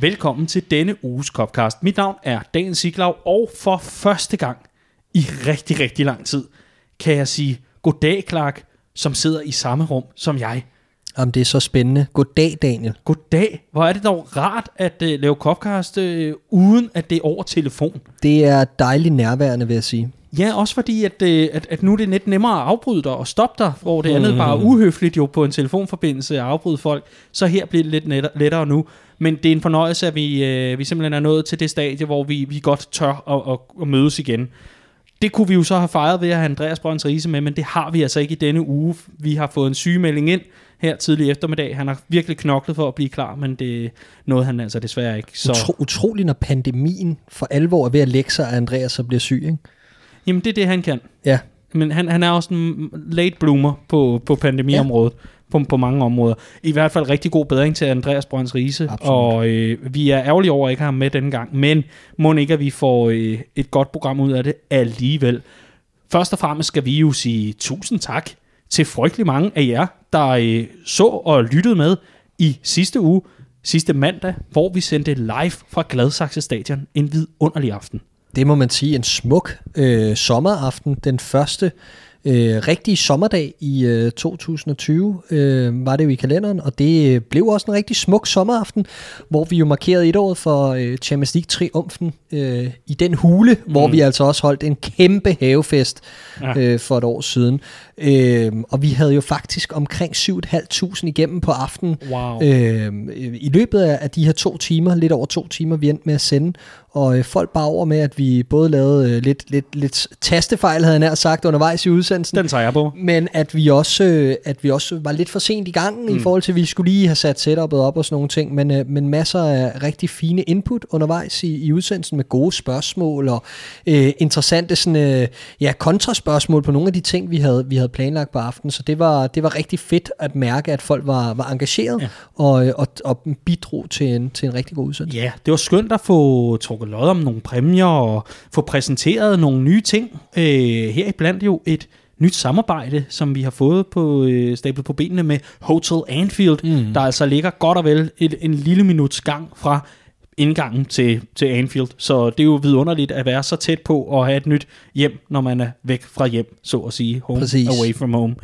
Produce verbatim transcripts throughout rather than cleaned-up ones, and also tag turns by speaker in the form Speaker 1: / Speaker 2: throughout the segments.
Speaker 1: velkommen til denne uges Copcast. Mit navn er Daniel Siglau, og for første gang i rigtig, rigtig lang tid kan jeg sige goddag, Clark, som sidder i samme rum som jeg.
Speaker 2: Jamen, det er så spændende. Goddag, Daniel.
Speaker 1: Goddag. Hvor er det dog rart at uh, lave Copcast, uh, uden at det er over telefon.
Speaker 2: Det er dejligt nærværende, vil jeg sige.
Speaker 1: Ja, også fordi, at, at, at nu er det lidt nemmere at afbryde dig og stoppe dig, hvor det andet mm. bare er uhøfligt jo på en telefonforbindelse at afbryde folk. Så her bliver det lidt lettere nu. Men det er en fornøjelse, at vi, øh, vi simpelthen er nået til det stadie, hvor vi, vi godt tør at, at, at mødes igen. Det kunne vi jo så have fejret ved at have Andreas Brøns Riise med, men det har vi altså ikke i denne uge. Vi har fået en sygemelding ind her tidlig eftermiddag. Han har virkelig knoklet for at blive klar, men det nåede han altså desværre ikke. Så...
Speaker 2: Utro, utroligt, når pandemien for alvor er ved at lægge sig, at Andreas så bliver syg, ikke?
Speaker 1: Jamen, det er det, han kan.
Speaker 2: Ja.
Speaker 1: Men han, han er også en late bloomer på, på pandemiområdet, ja. på, på mange områder. I hvert fald rigtig god bedring til Andreas Brøns Riise, og øh, vi er ærgerlige over at ikke have ham med denne gang, men må ikke, at vi får øh, et godt program ud af det alligevel. Først og fremmest skal vi jo sige tusind tak til frygtelig mange af jer, der øh, så og lyttede med i sidste uge, sidste mandag, hvor vi sendte live fra Gladsaxe Stadion en vidunderlig aften.
Speaker 2: Det må man sige, en smuk øh, sommeraften, den første øh, rigtige sommerdag i øh, to tusind og tyve, øh, var det jo i kalenderen, og det øh, blev også en rigtig smuk sommeraften, hvor vi jo markerede et år for øh, Champions League-triumfen øh, i den hule, mm. hvor vi altså også holdt en kæmpe havefest ja. øh, for et år siden. Øh, og vi havde jo faktisk omkring syv tusind fem hundrede igennem på aftenen.
Speaker 1: Wow.
Speaker 2: Øh, I løbet af de her to timer, lidt over to timer, vi endte med at sende, og øh, folk bare over med, at vi både lavede øh, lidt, lidt, lidt tastefejl, havde jeg nær sagt, undervejs i udsendelsen.
Speaker 1: Den tager jeg på.
Speaker 2: Men at vi også, øh, at vi også var lidt for sent i gang, mm. i forhold til, at vi skulle lige have sat setup'et op og sådan nogle ting, men, øh, men masser af rigtig fine input undervejs i, i udsendelsen med gode spørgsmål og øh, interessante sådan, øh, ja, kontraspørgsmål på nogle af de ting, vi havde, vi havde planlagt på aftenen. Så det var, det var rigtig fedt at mærke, at folk var, var engageret ja. og, og, og bidrog til en, til en rigtig god udsendelse.
Speaker 1: Ja, det var skønt at få trukket lod om nogle præmier og få præsenteret nogle nye ting. Øh, heriblandt jo et nyt samarbejde, som vi har fået på øh, stablet på benene med Hotel Anfield, mm. der altså ligger godt og vel et, en lille minuts gang fra indgangen til, til Anfield. Så det er jo vidunderligt at være så tæt på og have et nyt hjem, når man er væk fra hjem, så at sige. Home Præcis. Away from home.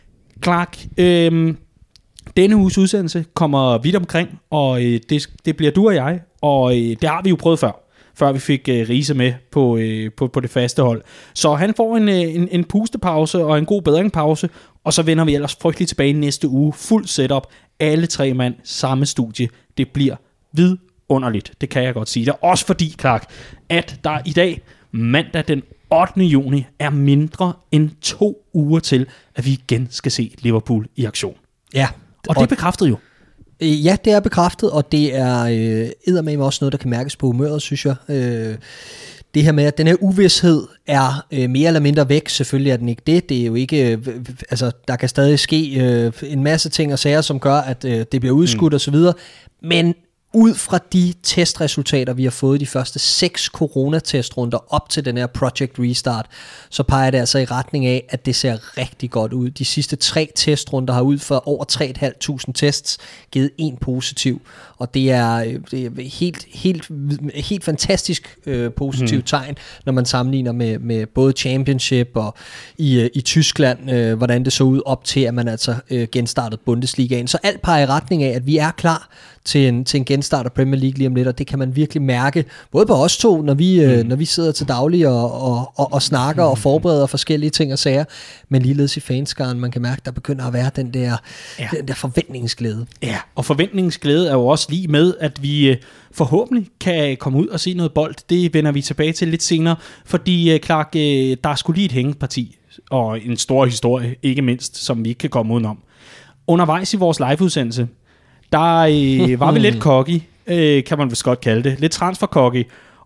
Speaker 1: Clark, øh, denne uges udsendelse kommer vidt omkring, og øh, det, det bliver du og jeg, og øh, det har vi jo prøvet før, før vi fik øh, Riise med på, øh, på, på det faste hold. Så han får en, en, en pustepause og en god bedringpause, og så vender vi ellers frygteligt tilbage næste uge. Fuld setup, alle tre mand, samme studie. Det bliver vidunderligt, det kan jeg godt sige. Det er også fordi, Clark, at der i dag, mandag den ottende juni, er mindre end to uger til, at vi igen skal se Liverpool i aktion.
Speaker 2: Ja.
Speaker 1: Og det er bekræftet jo.
Speaker 2: Ja, det er bekræftet, og det er øh, eddermame også noget, der kan mærkes på humøret, synes jeg. Øh, det her med, at den her uvished er øh, mere eller mindre væk. Selvfølgelig er den ikke det. Det er jo ikke, øh, altså, der kan stadig ske øh, en masse ting og sager, som gør, at øh, det bliver udskudt mm. og så videre. Men ud fra de testresultater, vi har fået de første seks coronatestrunder op til den her Project Restart, så peger det altså i retning af, at det ser rigtig godt ud. De sidste tre testrunder har ud for over tre tusind fem hundrede tests givet en positiv, og det er, det er helt, helt, helt fantastisk øh, positivt mm. tegn, når man sammenligner med, med både Championship og i, i Tyskland, øh, hvordan det så ud op til, at man altså øh, genstartede Bundesligaen. Så alt peger i retning af, at vi er klar til en, til en genstart af Premier League lige om lidt, og det kan man virkelig mærke, både på os to, når vi, mm. øh, når vi sidder til daglig og, og, og, og snakker og forbereder forskellige ting og sager, men ligeledes i fanskaren, man kan mærke, der begynder at være den der, ja. den der forventningsglæde. Ja, og forventningsglæde er jo også lige med, at vi øh, forhåbentlig kan komme ud og se noget bold. Det vender vi tilbage til lidt senere, fordi øh, Clark, øh, der er sgu lige et hængeparti, og en stor historie, ikke mindst, som vi ikke kan komme udenom. Undervejs i vores liveudsendelse, der øh, var vi lidt cocky, øh, kan man vist godt kalde det. Lidt transfer-cocky,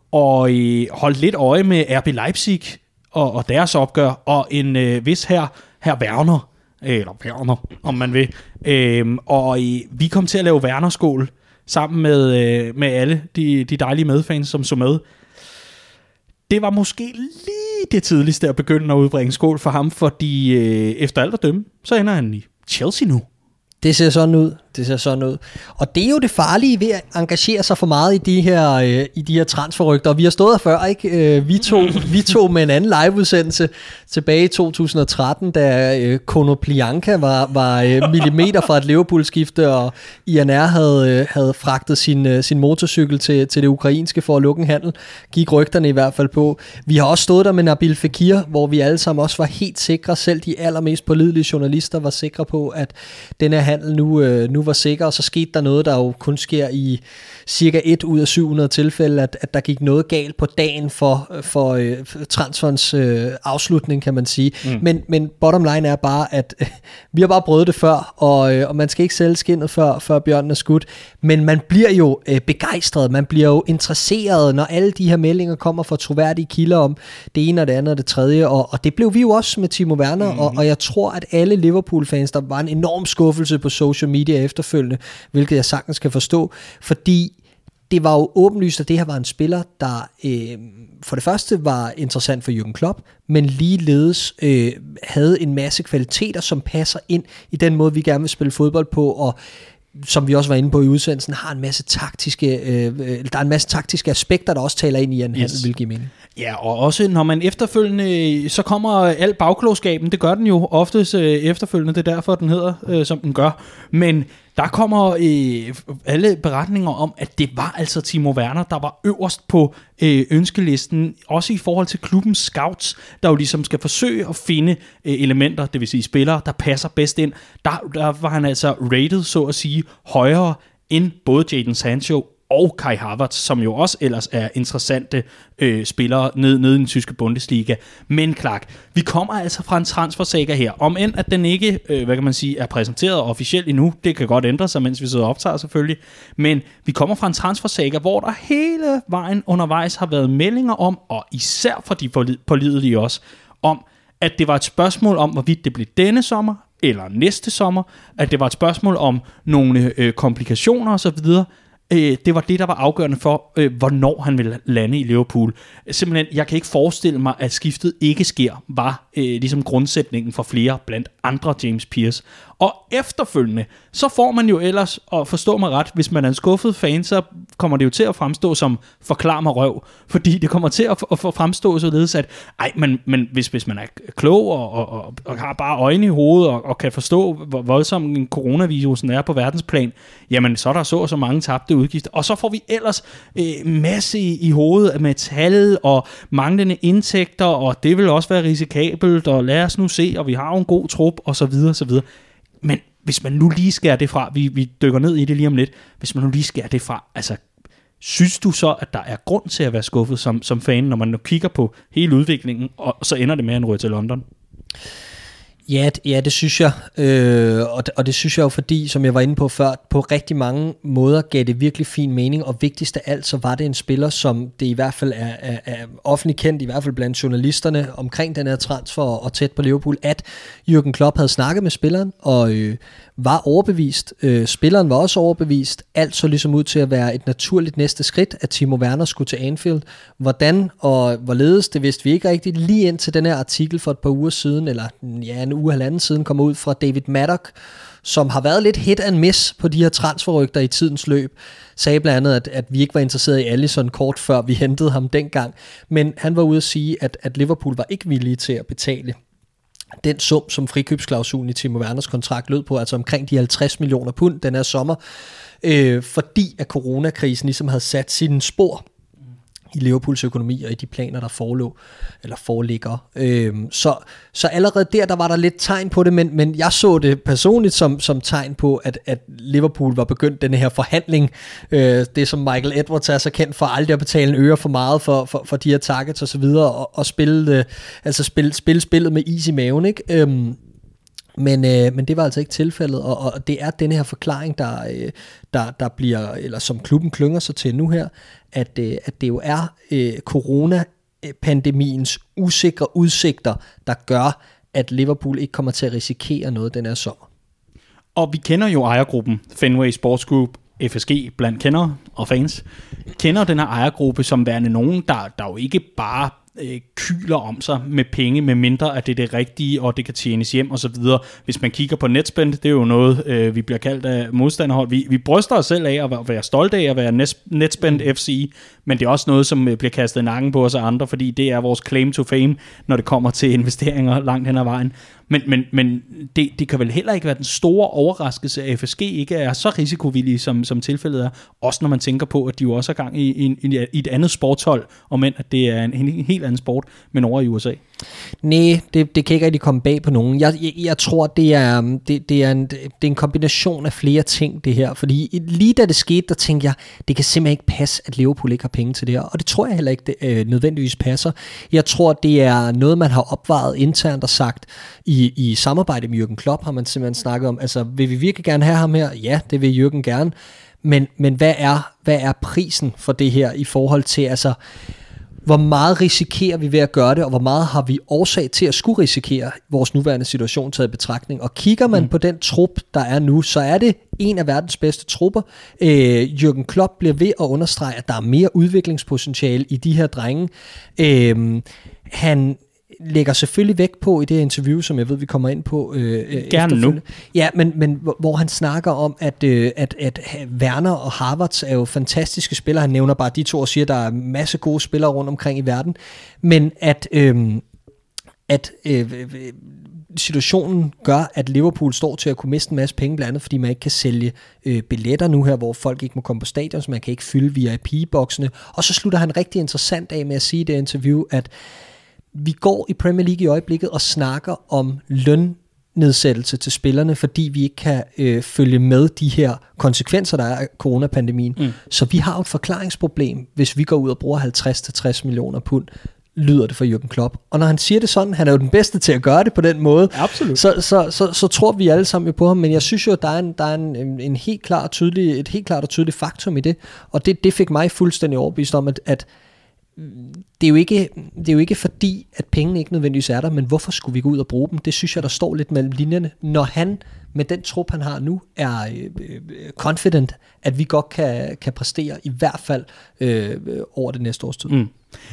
Speaker 2: og øh, holdt lidt øje med R B Leipzig og, og deres opgør, og en øh, vis her, her Werner, eller Werner, om man vil. Øh, og øh, vi kom til at lave Werner-skål sammen med, øh, med alle de, de dejlige medfans, som så med. Det var måske lige det tidligste at begynde at udbringe skål for ham, fordi øh, efter alt at dømme, så ender han i Chelsea nu. Det ser sådan ud. det ser sådan ud. Og det er jo det farlige ved at engagere sig for meget i de her, øh, i de her transferrygter. Og vi har stået her før, ikke? Øh, vi, to, vi to med en anden liveudsendelse tilbage i to tusind og tretten, da øh, Konoplyanka var, var øh, millimeter fra et Liverpool-skifte, og I N R havde, øh, havde fragtet sin, øh, sin motorcykel til, til det ukrainske for at lukke en handel. Gik rygterne i hvert fald på. Vi har også stået der med Nabil Fekir, hvor vi alle sammen også var helt sikre, selv de allermest pålidelige journalister var sikre på, at den her handel nu, øh, nu var sikker, og så skete der noget, der jo kun sker i cirka et ud af syv hundrede tilfælde, at, at der gik noget galt på dagen for, for øh, transferens øh, afslutning, kan man sige. Mm. Men, men bottom line er bare, at øh, vi har bare prøvet det før, og, øh, og man skal ikke sælge skindet, før, før bjørnen er skudt. Men man bliver jo øh, begejstret, man bliver jo interesseret, når alle de her meldinger kommer fra troværdige kilder om det ene og det andet og det tredje, og, og det blev vi jo også med Timo Werner, mm. og, og jeg tror, at alle Liverpool-fans, der var en enorm skuffelse på social media efterfølgende, hvilket jeg sagtens kan forstå, fordi det var jo åbenlyst, at det her var en spiller, der øh, for det første var interessant for Jürgen Klopp, men ligeledes øh, havde en masse kvaliteter, som passer ind i den måde, vi gerne vil spille fodbold på, og som vi også var inde på i udsendelsen, har en masse taktiske, øh, der er en masse taktiske aspekter, der også taler ind i en handel, yes. hvilket mening.
Speaker 1: Ja, og også når man efterfølgende, så kommer al bagklogskaben, det gør den jo oftest øh, efterfølgende, det er derfor, den hedder, øh, som den gør, men der kommer øh, alle beretninger om, at det var altså Timo Werner, der var øverst på øh, ønskelisten, også i forhold til klubbens scouts, der jo ligesom skal forsøge at finde øh, elementer, det vil sige spillere, der passer bedst ind. Der, der var han altså rated, så at sige, højere end både Jadon Sancho og Kai Havertz, som jo også ellers er interessante øh, spillere nede ned i den tyske Bundesliga. Men Clark, vi kommer altså fra en transfersaga her, om end at den ikke, øh, hvad kan man sige, er præsenteret officielt endnu. Det kan godt ændre sig, mens vi sidder og optager selvfølgelig. Men vi kommer fra en transfersaga, hvor der hele vejen undervejs har været meldinger om, og især for de pålidelige også, om at det var et spørgsmål om, hvorvidt det blev denne sommer eller næste sommer, at det var et spørgsmål om nogle øh, komplikationer osv., det var det, der var afgørende for, øh, hvornår han ville lande i Liverpool. Simpelthen, jeg kan ikke forestille mig, at skiftet ikke sker, var øh, ligesom grundsætningen for flere, blandt andre James Pearce. Og efterfølgende, så får man jo ellers, og forstå mig ret, hvis man er en skuffet fan, så kommer det jo til at fremstå som forklar mig røv, fordi det kommer til at, at fremstå således, at ej, men, men hvis, hvis man er klog og, og, og, og har bare øjne i hovedet og, og kan forstå, hvor voldsom en coronavirusen er på verdensplan, jamen så er der så og så mange tabte udgifter. Og så får vi ellers øh, masse i, i hovedet med tal og manglende indtægter, og det vil også være risikabelt, og lad os nu se, og vi har jo en god trup, og så videre, så videre. Men hvis man nu lige skærer det fra, vi, vi dykker ned i det lige om lidt, hvis man nu lige skærer det fra, altså, synes du så, at der er grund til at være skuffet som, som fan, når man nu kigger på hele udviklingen, og så ender det med en ryge til London?
Speaker 2: Ja, ja, det synes jeg, øh, og, det, og det synes jeg jo, fordi, som jeg var inde på før, på rigtig mange måder gav det virkelig fin mening, og vigtigst af alt, så var det en spiller, som det i hvert fald er, er, er offentligt kendt, i hvert fald blandt journalisterne omkring den her transfer og tæt på Liverpool, at Jürgen Klopp havde snakket med spilleren, og øh, var overbevist. Øh, spilleren var også overbevist. Alt så ligesom ud til at være et naturligt næste skridt, at Timo Werner skulle til Anfield. Hvordan og hvorledes, det vidste vi ikke rigtigt. Lige indtil den her artikel for et par uger siden, eller ja, en uge halvanden siden, kom ud fra David Maddock, som har været lidt hit and miss på de her transferrygter i tidens løb. Sagde blandt andet, at, at vi ikke var interesseret i Alisson kort før vi hentede ham dengang. Men han var ude at sige, at, at Liverpool var ikke villige til at betale den sum, som frikøbsklausulen i Timo Werners kontrakt lød på, altså omkring de halvtreds millioner pund den her sommer, øh, fordi at coronakrisen ligesom havde sat sine spor i Liverpools økonomi og i de planer, der forelå, eller foreligger. Øhm, så, så allerede der, der var der lidt tegn på det, men, men jeg så det personligt som, som tegn på, at, at Liverpool var begyndt denne her forhandling. Øh, det som Michael Edwards er så kendt for, aldrig at betale en øre for meget for, for, for de her targets og så videre, og, og spille, øh, altså spille, spille spillet med is i maven, ikke? Øhm, Men, øh, men det var altså ikke tilfældet, og, og det er den her forklaring, der, øh, der, der bliver, eller som klubben klynger sig til nu her, at, øh, at det jo er øh, coronapandemiens usikre udsigter, der gør, at Liverpool ikke kommer til at risikere noget den her sommer.
Speaker 1: Og vi kender jo ejergruppen Fenway Sports Group, F S G blandt kendere og fans, kender den her ejergruppe som værende nogen, der, der jo ikke bare øh, kyler om sig med penge, med mindre at det er det rigtige, og det kan tjenes hjem og så videre. Hvis man kigger på netspend, det er jo noget, øh, vi bliver kaldt af modstanderhold. Vi, vi bryster os selv af at være, at være stolte af at være netspend F C, men det er også noget, som bliver kastet i nakken på os og andre, fordi det er vores claim to fame, når det kommer til investeringer langt hen ad vejen. Men, men, men det, det kan vel heller ikke være den store overraskelse, at F S G ikke er så risikovillige, som, som tilfældet er. Også når man tænker på, at de jo også er gang i, i, i et andet sportshold, og men at det er en, en helt anden sport, men over i U S A.
Speaker 2: Nej, det, det kan ikke rigtig komme bag på nogen. Jeg, jeg, jeg tror, det er, det, det, er en, det er en kombination af flere ting, det her. Fordi lige da det skete, der tænkte jeg, det kan simpelthen ikke passe, at Liverpool ikke har penge til det her. Og det tror jeg heller ikke, det øh, nødvendigvis passer. Jeg tror, det er noget, man har opvejet internt og sagt, i, i samarbejde med Jürgen Klopp har man simpelthen snakket om, altså vil vi virkelig gerne have ham her? Ja, det vil Jürgen gerne. Men, men hvad, er, hvad er prisen for det her i forhold til, altså hvor meget risikerer vi ved at gøre det, og hvor meget har vi årsag til at skulle risikere vores nuværende situation taget i betragtning. Og kigger man mm. på den trup, der er nu, så er det en af verdens bedste trupper. Øh, Jürgen Klopp bliver ved at understrege, at der er mere udviklingspotentiale i de her drenge. Øh, han lægger selvfølgelig vægt på i det interview, som jeg ved, vi kommer ind på. Øh,
Speaker 1: Gerne nu.
Speaker 2: Ja, men, men hvor han snakker om, at, øh, at, at Werner og Havertz er jo fantastiske spillere. Han nævner bare de to og siger, at der er en masse gode spillere rundt omkring i verden. Men at, øh, at øh, situationen gør, at Liverpool står til at kunne miste en masse penge, blandt andet fordi man ikke kan sælge øh, billetter nu her, hvor folk ikke må komme på stadion, så man kan ikke fylde V I P-boksene. Og så slutter han rigtig interessant af med at sige i det interview, at vi går i Premier League i øjeblikket og snakker om lønnedsættelse til spillerne, fordi vi ikke kan øh, følge med de her konsekvenser, der er af coronapandemien. Mm. Så vi har et forklaringsproblem, hvis vi går ud og bruger halvtreds til tres millioner pund, lyder det for Jürgen Klopp. Og når han siger det sådan, han er jo den bedste til at gøre det på den måde,
Speaker 1: absolut.
Speaker 2: Så, så, så, så tror vi alle sammen på ham, men jeg synes jo, at der er, en, der er en, en helt klar og tydelig, et helt klart og tydeligt faktum i det, og det, det fik mig fuldstændig overbevist om, at, at Det er, jo ikke, det er jo ikke fordi, at pengene ikke nødvendigvis er der, men hvorfor skulle vi gå ud og bruge dem? Det synes jeg, der står lidt mellem linjerne. Når han med den trup, han har nu, er øh, confident, at vi godt kan, kan præstere, i hvert fald øh, over det næste års tid. Mm.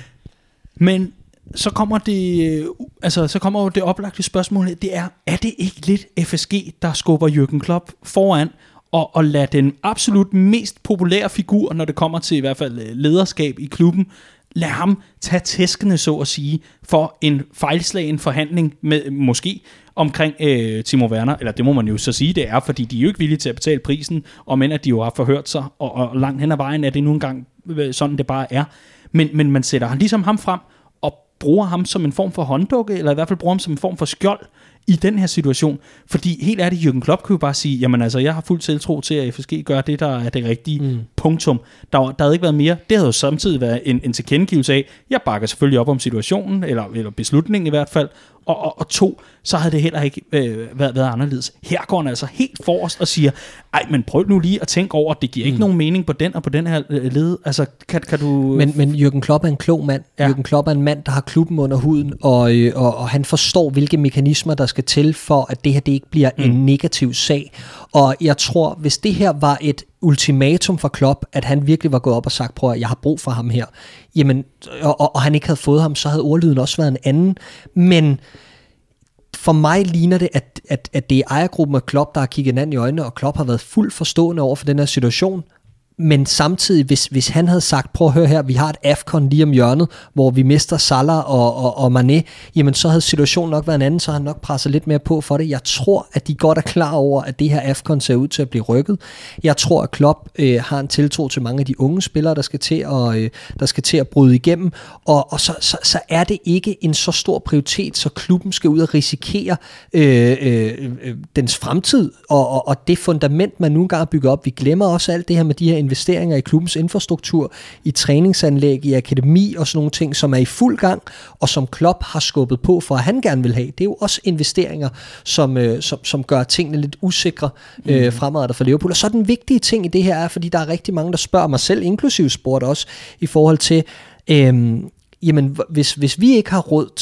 Speaker 1: Men så kommer det, altså, så kommer jo det oplagte spørgsmål, det er, er det ikke lidt F S G, der skubber Jürgen Klopp foran, og, og lade den absolut mest populære figur, når det kommer til i hvert fald lederskab i klubben, lad ham tage tæskene, så at sige, for en fejlslagen forhandling med måske omkring øh, Timo Werner, eller det må man jo så sige, det er, fordi de er jo ikke villige til at betale prisen, og men at de jo har forhørt sig, og, og langt hen ad vejen er det nu engang sådan, det bare er. Men, men man sætter ligesom ham frem, og bruger ham som en form for hånddukke, eller i hvert fald bruger ham som en form for skjold, i den her situation, fordi helt ærligt, Jürgen Klopp kan jo bare sige, jamen altså, jeg har fuld tiltro til, at F S G gør det, der er det rigtige mm. punktum. Der, der havde ikke været mere. Det havde jo samtidig været en, en tilkendegivelse af, jeg bakker selvfølgelig op om situationen, eller, eller beslutningen i hvert fald, og, og, og to, så havde det heller ikke øh, været, været anderledes. Her går han altså helt forrest og siger, ej, men prøv nu lige at tænke over, det giver ikke mm. nogen mening på den og på den her øh, led. Altså, kan, kan du...
Speaker 2: Men, men Jürgen Klopp er en klog mand. Ja. Jürgen Klopp er en mand, der har klubben under huden, og, øh, og, og han forstår, hvilke mekanismer, der skal til for, at det her det ikke bliver mm. en negativ sag. Og jeg tror, hvis det her var et ultimatum for Klopp, at han virkelig var gået op og sagt, prøv at jeg har brug for ham her, jamen, og, og, og han ikke havde fået ham, så havde ordlyden også været en anden. Men for mig ligner det, at, at, at det er ejergruppen af Klopp, der har kigget hinanden i øjnene, og Klopp har været fuldt forstående over for den her situation. Men samtidig, hvis, hvis han havde sagt, prøv at høre her, vi har et AFCON lige om hjørnet, hvor vi mister Salah og, og, og Mané, jamen så havde situationen nok været en anden, så havde han nok presset lidt mere på for det. Jeg tror, at de godt er klar over, at det her AFCON ser ud til at blive rykket. Jeg tror, at Klopp øh, har en tiltro til mange af de unge spillere, der skal til at, øh, der skal til at bryde igennem, og, og så, så, så er det ikke en så stor prioritet, så klubben skal ud og risikere øh, øh, øh, dens fremtid, og, og, og det fundament, man nu engang bygger op. Vi glemmer også alt det her med de her investeringer i klubbens infrastruktur, i træningsanlæg, i akademi og sådan nogle ting, som er i fuld gang, og som Klopp har skubbet på for, at han gerne vil have. Det er jo også investeringer, som, øh, som, som gør tingene lidt usikre øh, mm. fremadrettet for Liverpool. Og så den vigtige ting i det her er, fordi der er rigtig mange, der spørger mig selv, inklusive sport også, i forhold til, øh, jamen, hvis, hvis vi ikke har råd til det,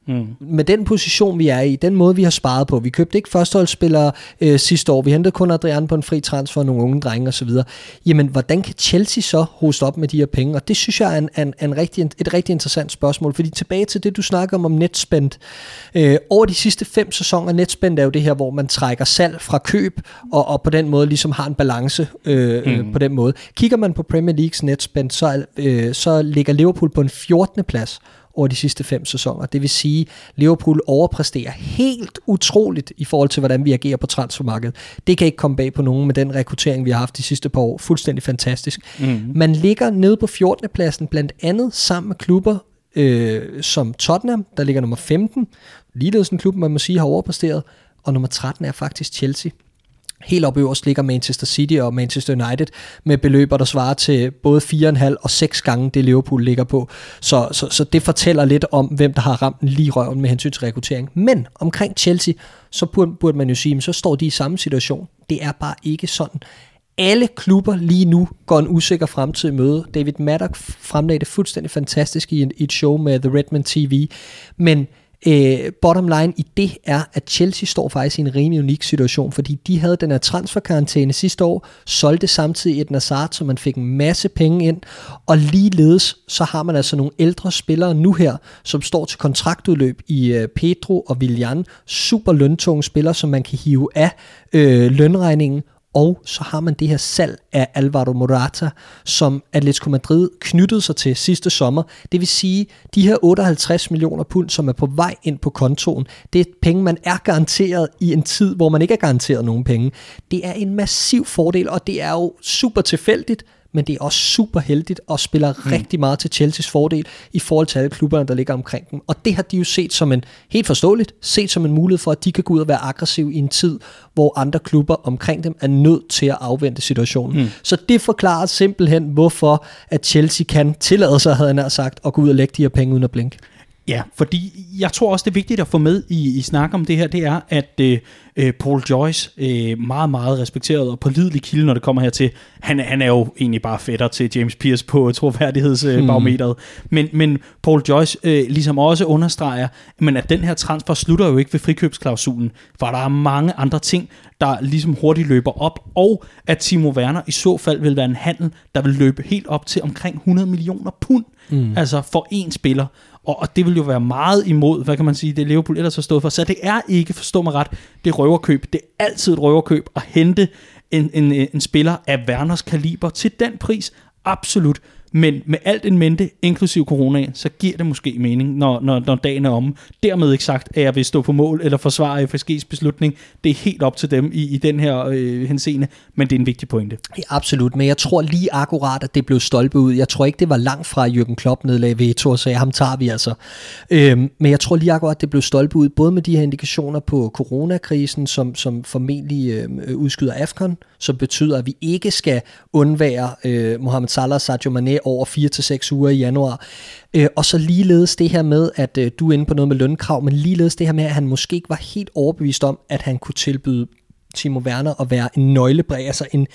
Speaker 2: Mm. Med den position, vi er i, den måde, vi har sparet på. Vi købte ikke førsteholdsspillere øh, sidste år. Vi hentede kun Adrian på en fri transfer, nogle unge drenge osv. Jamen, hvordan kan Chelsea så hoste op med de her penge? Og det synes jeg er en, en, en rigtig, et rigtig interessant spørgsmål. Fordi tilbage til det, du snakker om om netspend. Øh, over de sidste fem sæsoner, netspend er jo det her, hvor man trækker salg fra køb, og, og på den måde ligesom har en balance øh, mm. på den måde. Kigger man på Premier Leagues netspend, så, øh, så ligger Liverpool på en fjortende plads over de sidste fem sæsoner. Det vil sige, at Liverpool overpræsterer helt utroligt i forhold til, hvordan vi agerer på transfermarkedet. Det kan ikke komme bag på nogen med den rekruttering, vi har haft de sidste par år. Fuldstændig fantastisk. Mm. Man ligger nede på fjortende pladsen, blandt andet sammen med klubber øh, som Tottenham, der ligger nummer femten. Ligeledes en klub, man må sige, har overpræsteret. Og nummer tretten er faktisk Chelsea. Helt op øverst ligger Manchester City og Manchester United med beløber, der svarer til både fire komma fem og seks gange det Liverpool ligger på. Så, så, så det fortæller lidt om, hvem der har ramt den lige røven med hensyn til rekruttering. Men omkring Chelsea, så burde, burde man jo sige, så står de i samme situation. Det er bare ikke sådan. Alle klubber lige nu går en usikker fremtid i møde. David Maddock fremlagde det fuldstændig fantastisk i, en, i et show med The Redmen T V. Men Uh, bottom line i det er, at Chelsea står faktisk i en rimelig unik situation, fordi de havde den her transferkarantæne sidste år, solgte samtidig Eden Hazard, så man fik en masse penge ind, og ligeledes så har man altså nogle ældre spillere nu her, som står til kontraktudløb i uh, Pedro og Willian, super løntunge spillere, som man kan hive af uh, lønregningen. Og så har man det her salg af Alvaro Morata, som Atletico Madrid knyttede sig til sidste sommer. Det vil sige, de her otteoghalvtreds millioner pund, som er på vej ind på kontoen, det er penge, man er garanteret i en tid, hvor man ikke er garanteret nogen penge. Det er en massiv fordel, og det er jo super tilfældigt, men det er også super heldigt og spiller mm. rigtig meget til Chelseas fordel i forhold til alle klubberne, der ligger omkring dem. Og det har de jo set som en, helt forståeligt, set som en mulighed for, at de kan gå ud og være aggressive i en tid, hvor andre klubber omkring dem er nødt til at afvente situationen. Mm. Så det forklarer simpelthen, hvorfor at Chelsea kan tillade sig, havde jeg nær sagt, at gå ud og lægge de her penge uden at blinke.
Speaker 1: Ja, fordi jeg tror også, det er vigtigt at få med i, i snak om det her, det er, at øh, Paul Joyce, øh, meget, meget respekteret og pålidelig kilde, når det kommer hertil, han, han er jo egentlig bare fætter til James Pearce på troværdighedsbarometeret. Hmm. Men, men Paul Joyce øh, ligesom også understreger, men at den her transfer slutter jo ikke ved frikøbsklausulen, for der er mange andre ting, der ligesom hurtigt løber op, og at Timo Werner i så fald vil være en handel, der vil løbe helt op til omkring hundrede millioner pund, mm. altså for én spiller. Og, og det vil jo være meget imod, hvad kan man sige, det Liverpool ellers har stået for. Så det er ikke, forstå mig ret, det røverkøb. Det er altid et røverkøb at hente en, en, en spiller af Werners kaliber til den pris. Absolut. Men med alt en mente, inklusiv coronaen, så giver det måske mening, når, når, når dagen er omme. Dermed ikke sagt, at jeg vil stå på mål eller forsvare F S G's beslutning. Det er helt op til dem i, i den her øh, henseende, men det er en vigtig pointe.
Speaker 2: Ja, absolut, men jeg tror lige akkurat, at det blev stolpet ud. Jeg tror ikke, det var langt fra Jürgen Klopp nedlagde veto og sagde, ham tager vi altså. Øhm, men jeg tror lige akkurat, at det blev stolpet ud, både med de her indikationer på coronakrisen, som, som formentlig øh, udskyder AFCON, som betyder, at vi ikke skal undvære øh, Mohamed Salah og Sadio Mané over fire til seks uger i januar. Øh, og så ligeledes det her med, at øh, du er inde på noget med lønkrav, men ligeledes det her med, at han måske ikke var helt overbevist om, at han kunne tilbyde Timo Werner at være en nøglebræg, altså en,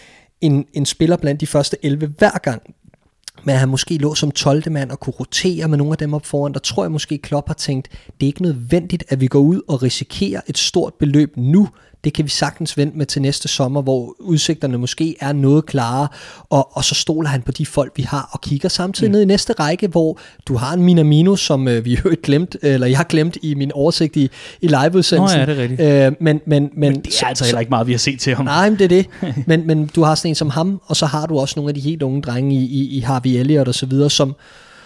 Speaker 2: en, en spiller blandt de første elleve hver gang. Men at han måske lå som tolvte mand og kunne rotere med nogle af dem op foran, der tror jeg måske Klopp har tænkt, det er ikke nødvendigt, at vi går ud og risikerer et stort beløb nu. Det kan vi sagtens vente med til næste sommer, hvor udsigterne måske er noget klarere, og, og så stoler han på de folk, vi har, og kigger samtidig mm. ned i næste række, hvor du har en Minamino, som øh, vi jo glemt, eller jeg har glemt i min oversigt i, i liveudsendelsen.
Speaker 1: Nå ja, det er rigtigt.
Speaker 2: Øh, men, men, men,
Speaker 1: men det er så, altså heller ikke meget, vi har set til ham.
Speaker 2: Nej, men det er det. men, men du har sådan en som ham, og så har du også nogle af de helt unge drenge i, i, i Harvey Elliott og så videre, som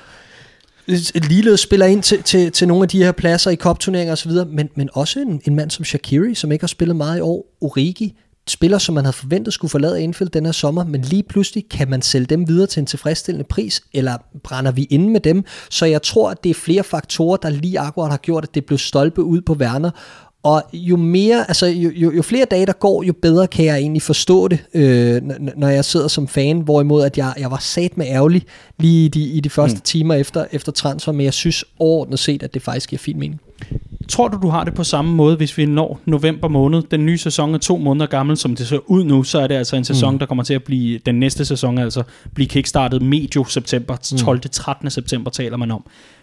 Speaker 2: ligeledes spiller ind til, til, til nogle af de her pladser i cup-turneringer og så videre, men, men også en, en mand som Shaqiri, som ikke har spillet meget i år, Origi, spiller, som man havde forventet skulle forlade Anfield den her sommer, men lige pludselig kan man sælge dem videre til en tilfredsstillende pris, eller brænder vi inde med dem? Så jeg tror, at det er flere faktorer, der lige akkurat har gjort, at det blev stolpet ud på Werner. Og jo mere, altså jo, jo, jo flere dage der går, jo bedre kan jeg egentlig forstå det, øh, når jeg sidder som fan, hvorimod at jeg, jeg var sat med ærgerlig lige i de, i de første mm. timer efter, efter transfer, men jeg synes overordnet set, at det faktisk giver fin mening.
Speaker 1: Tror du, du har det på samme måde, hvis vi når november måned? Den nye sæson er to måneder gammel, som det ser ud nu, så er det altså en sæson, mm. der kommer til at blive, den næste sæson altså, blive kickstartet medio september, tolvte til trettende september taler man om.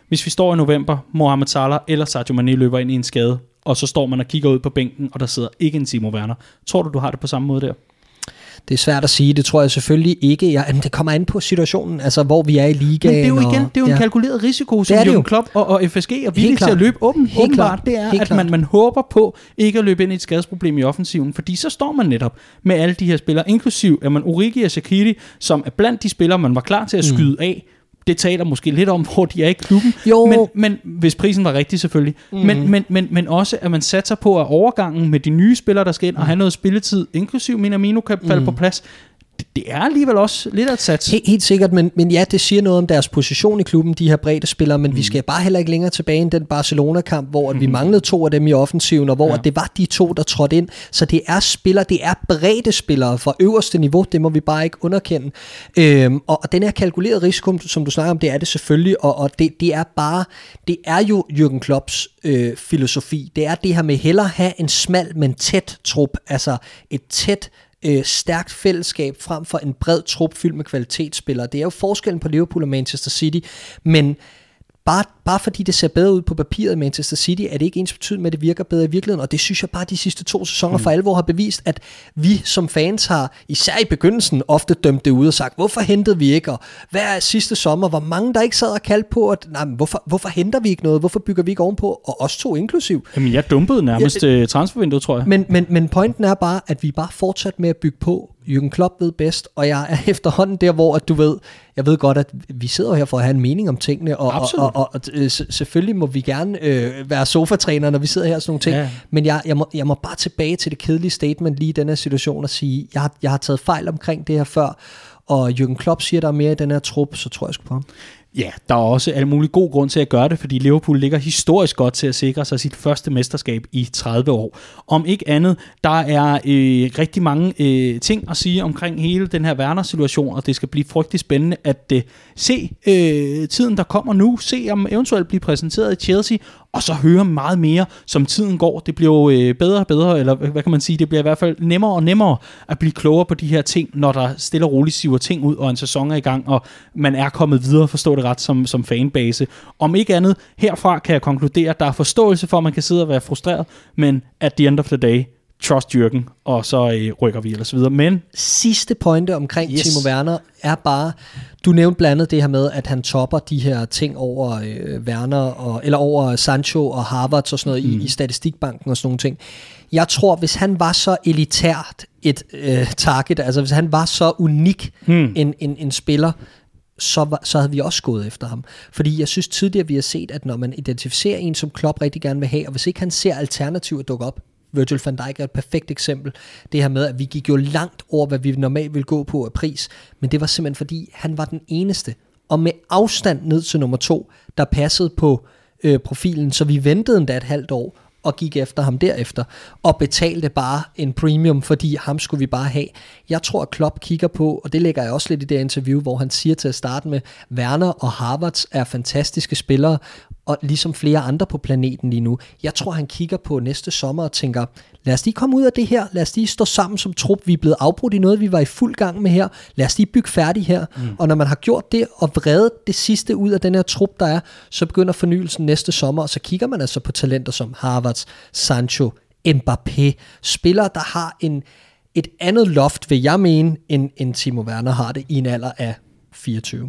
Speaker 1: Hvis vi står i november, Mohamed Salah eller Sadio Mane løber ind i en skade, og så står man og kigger ud på bænken, og der sidder ikke en Timo Werner. Tror du, du har det på samme måde der?
Speaker 2: Det er svært at sige, det tror jeg selvfølgelig ikke. Ja, det kommer an på situationen, altså hvor vi er i ligaen.
Speaker 1: Men det er jo igen,
Speaker 2: og,
Speaker 1: det er jo
Speaker 2: ja.
Speaker 1: en kalkuleret risiko, som Jürgen Klopp og, og F S G er villige til at løbe åben, åbenbart. Det er, Helt at man, man håber på ikke at løbe ind i et skadesproblem i offensiven, fordi så står man netop med alle de her spillere, inklusiv at man Origi og Shaqiri, som er blandt de spillere, man var klar til at skyde mm. af. Det taler måske lidt om, hvor de er i klubben, men, men hvis prisen var rigtig selvfølgelig. Mm-hmm. Men, men, men, men også, at man satser på, at overgangen med de nye spillere, der skal ind mm. og have noget spilletid, inklusiv Minamino, kan falde mm. på plads. Det, det er alligevel også lidt at sats.
Speaker 2: Helt, helt sikkert, men, men ja, det siger noget om deres position i klubben, de her brede spillere, men mm. vi skal bare heller ikke længere tilbage end den Barcelona-kamp, hvor mm. vi manglede to af dem i offensiven, og hvor ja. det var de to, der trådte ind. Så det er spillere, det er brede spillere fra øverste niveau, det må vi bare ikke underkende. Øhm, og, og den her kalkulerede risiko, som du snakker om, det er det selvfølgelig, og, og det, det er bare, det er jo Jürgen Klopps øh, filosofi. Det er det her med hellere have en smal, men tæt trup, altså et tæt Øh, stærkt fællesskab frem for en bred trup fyldt med kvalitetsspillere. Det er jo forskellen på Liverpool og Manchester City, men bare, bare fordi det ser bedre ud på papiret i Manchester City, er det ikke ens betydende med, at det virker bedre i virkeligheden, og det synes jeg bare, de sidste to sæsoner mm. for alvor har bevist, at vi som fans har, især i begyndelsen, ofte dømt det ud og sagt, hvorfor hentede vi ikke, og hvad er sidste sommer, hvor mange der ikke sad og kaldte på, at nej, hvorfor, hvorfor henter vi ikke noget, hvorfor bygger vi ikke ovenpå, og os to inklusiv.
Speaker 1: Jamen jeg dumpede nærmest ja, det, transfervinduet, tror jeg.
Speaker 2: Men, men, men pointen er bare, at vi bare fortsat med at bygge på. Jürgen Klopp ved bedst, og jeg er efterhånden der, hvor at du ved, jeg ved godt, at vi sidder her for at have en mening om tingene, og, og, og, og, og selvfølgelig må vi gerne øh, være sofatræner, når vi sidder her og sådan nogle ting, ja. men jeg, jeg, må, jeg må bare tilbage til det kedelige statement lige i den her situation og sige, jeg har, jeg har taget fejl omkring det her før, og Jürgen Klopp siger, der er mere i den her trup, så tror jeg sgu på ham.
Speaker 1: Ja, der er også alle mulige god grund til at gøre det, fordi Liverpool ligger historisk godt til at sikre sig sit første mesterskab i tredive år. Om ikke andet, der er øh, rigtig mange øh, ting at sige omkring hele den her Werner-situation, og det skal blive frygtelig spændende at øh, se øh, tiden, der kommer nu, se om eventuelt blive præsenteret i Chelsea, og så høre meget mere, som tiden går. Det bliver jo øh, bedre og bedre, eller hvad kan man sige, det bliver i hvert fald nemmere og nemmere at blive klogere på de her ting, når der stille og roligt siver ting ud, og en sæson er i gang, og man er kommet videre, forstå det ret, som, som fanbase. Om ikke andet, herfra kan jeg konkludere, at der er forståelse for, at man kan sidde og være frustreret, men at the end of the day, trust Jürgen, og så øh, rykker vi ellers videre. Men
Speaker 2: sidste pointe omkring
Speaker 1: yes.
Speaker 2: Timo Werner er bare, du nævnte blandt andet det her med, at han topper de her ting over øh, Werner, og, eller over Sancho og Havertz og sådan noget mm. i, i statistikbanken og sådan nogle ting. Jeg tror, hvis han var så elitært et øh, target, altså hvis han var så unik mm. en, en, en spiller, Så, var, så havde vi også gået efter ham. Fordi jeg synes tidligere, vi har set, at når man identificerer en, som Klopp rigtig gerne vil have, og hvis ikke han ser alternativer dukke op, Virgil van Dijk er et perfekt eksempel, det her med, at vi gik jo langt over, hvad vi normalt ville gå på af pris, men det var simpelthen fordi, han var den eneste, og med afstand ned til nummer to, der passede på øh, profilen, så vi ventede endda et halvt år, og gik efter ham derefter, og betalte bare en premium, fordi ham skulle vi bare have. Jeg tror, at Klopp kigger på, og det lægger jeg også lidt i det interview, hvor han siger til at starte med, Werner og Havertz er fantastiske spillere, og ligesom flere andre på planeten lige nu. Jeg tror, han kigger på næste sommer og tænker, lad os lige komme ud af det her, lad os lige stå sammen som trup, vi er blevet afbrudt i noget, vi var i fuld gang med her, lad os lige bygge færdig her, mm. og når man har gjort det, og vredet det sidste ud af den her trup, der er, så begynder fornyelsen næste sommer, og så kigger man altså på talenter som Havertz, Sancho, Mbappé, spillere, der har en, et andet loft, vil jeg mene, end, end Timo Werner har det i en alder af fireogtyve.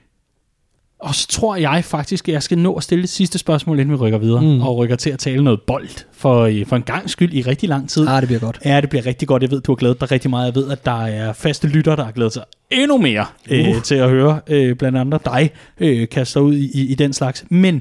Speaker 1: Og så tror jeg faktisk, at jeg skal nå at stille det sidste spørgsmål, inden vi rykker videre, mm. og rykker til at tale noget bold for, for en gang skyld i rigtig lang tid.
Speaker 2: Ah, det bliver godt.
Speaker 1: Ja, det bliver rigtig godt. Jeg ved, du har glædet dig rigtig meget. Jeg ved, at der er faste lyttere, der har glædet sig endnu mere uh. øh, til at høre, øh, blandt andet dig, øh, kaster ud i, i, i den slags. Men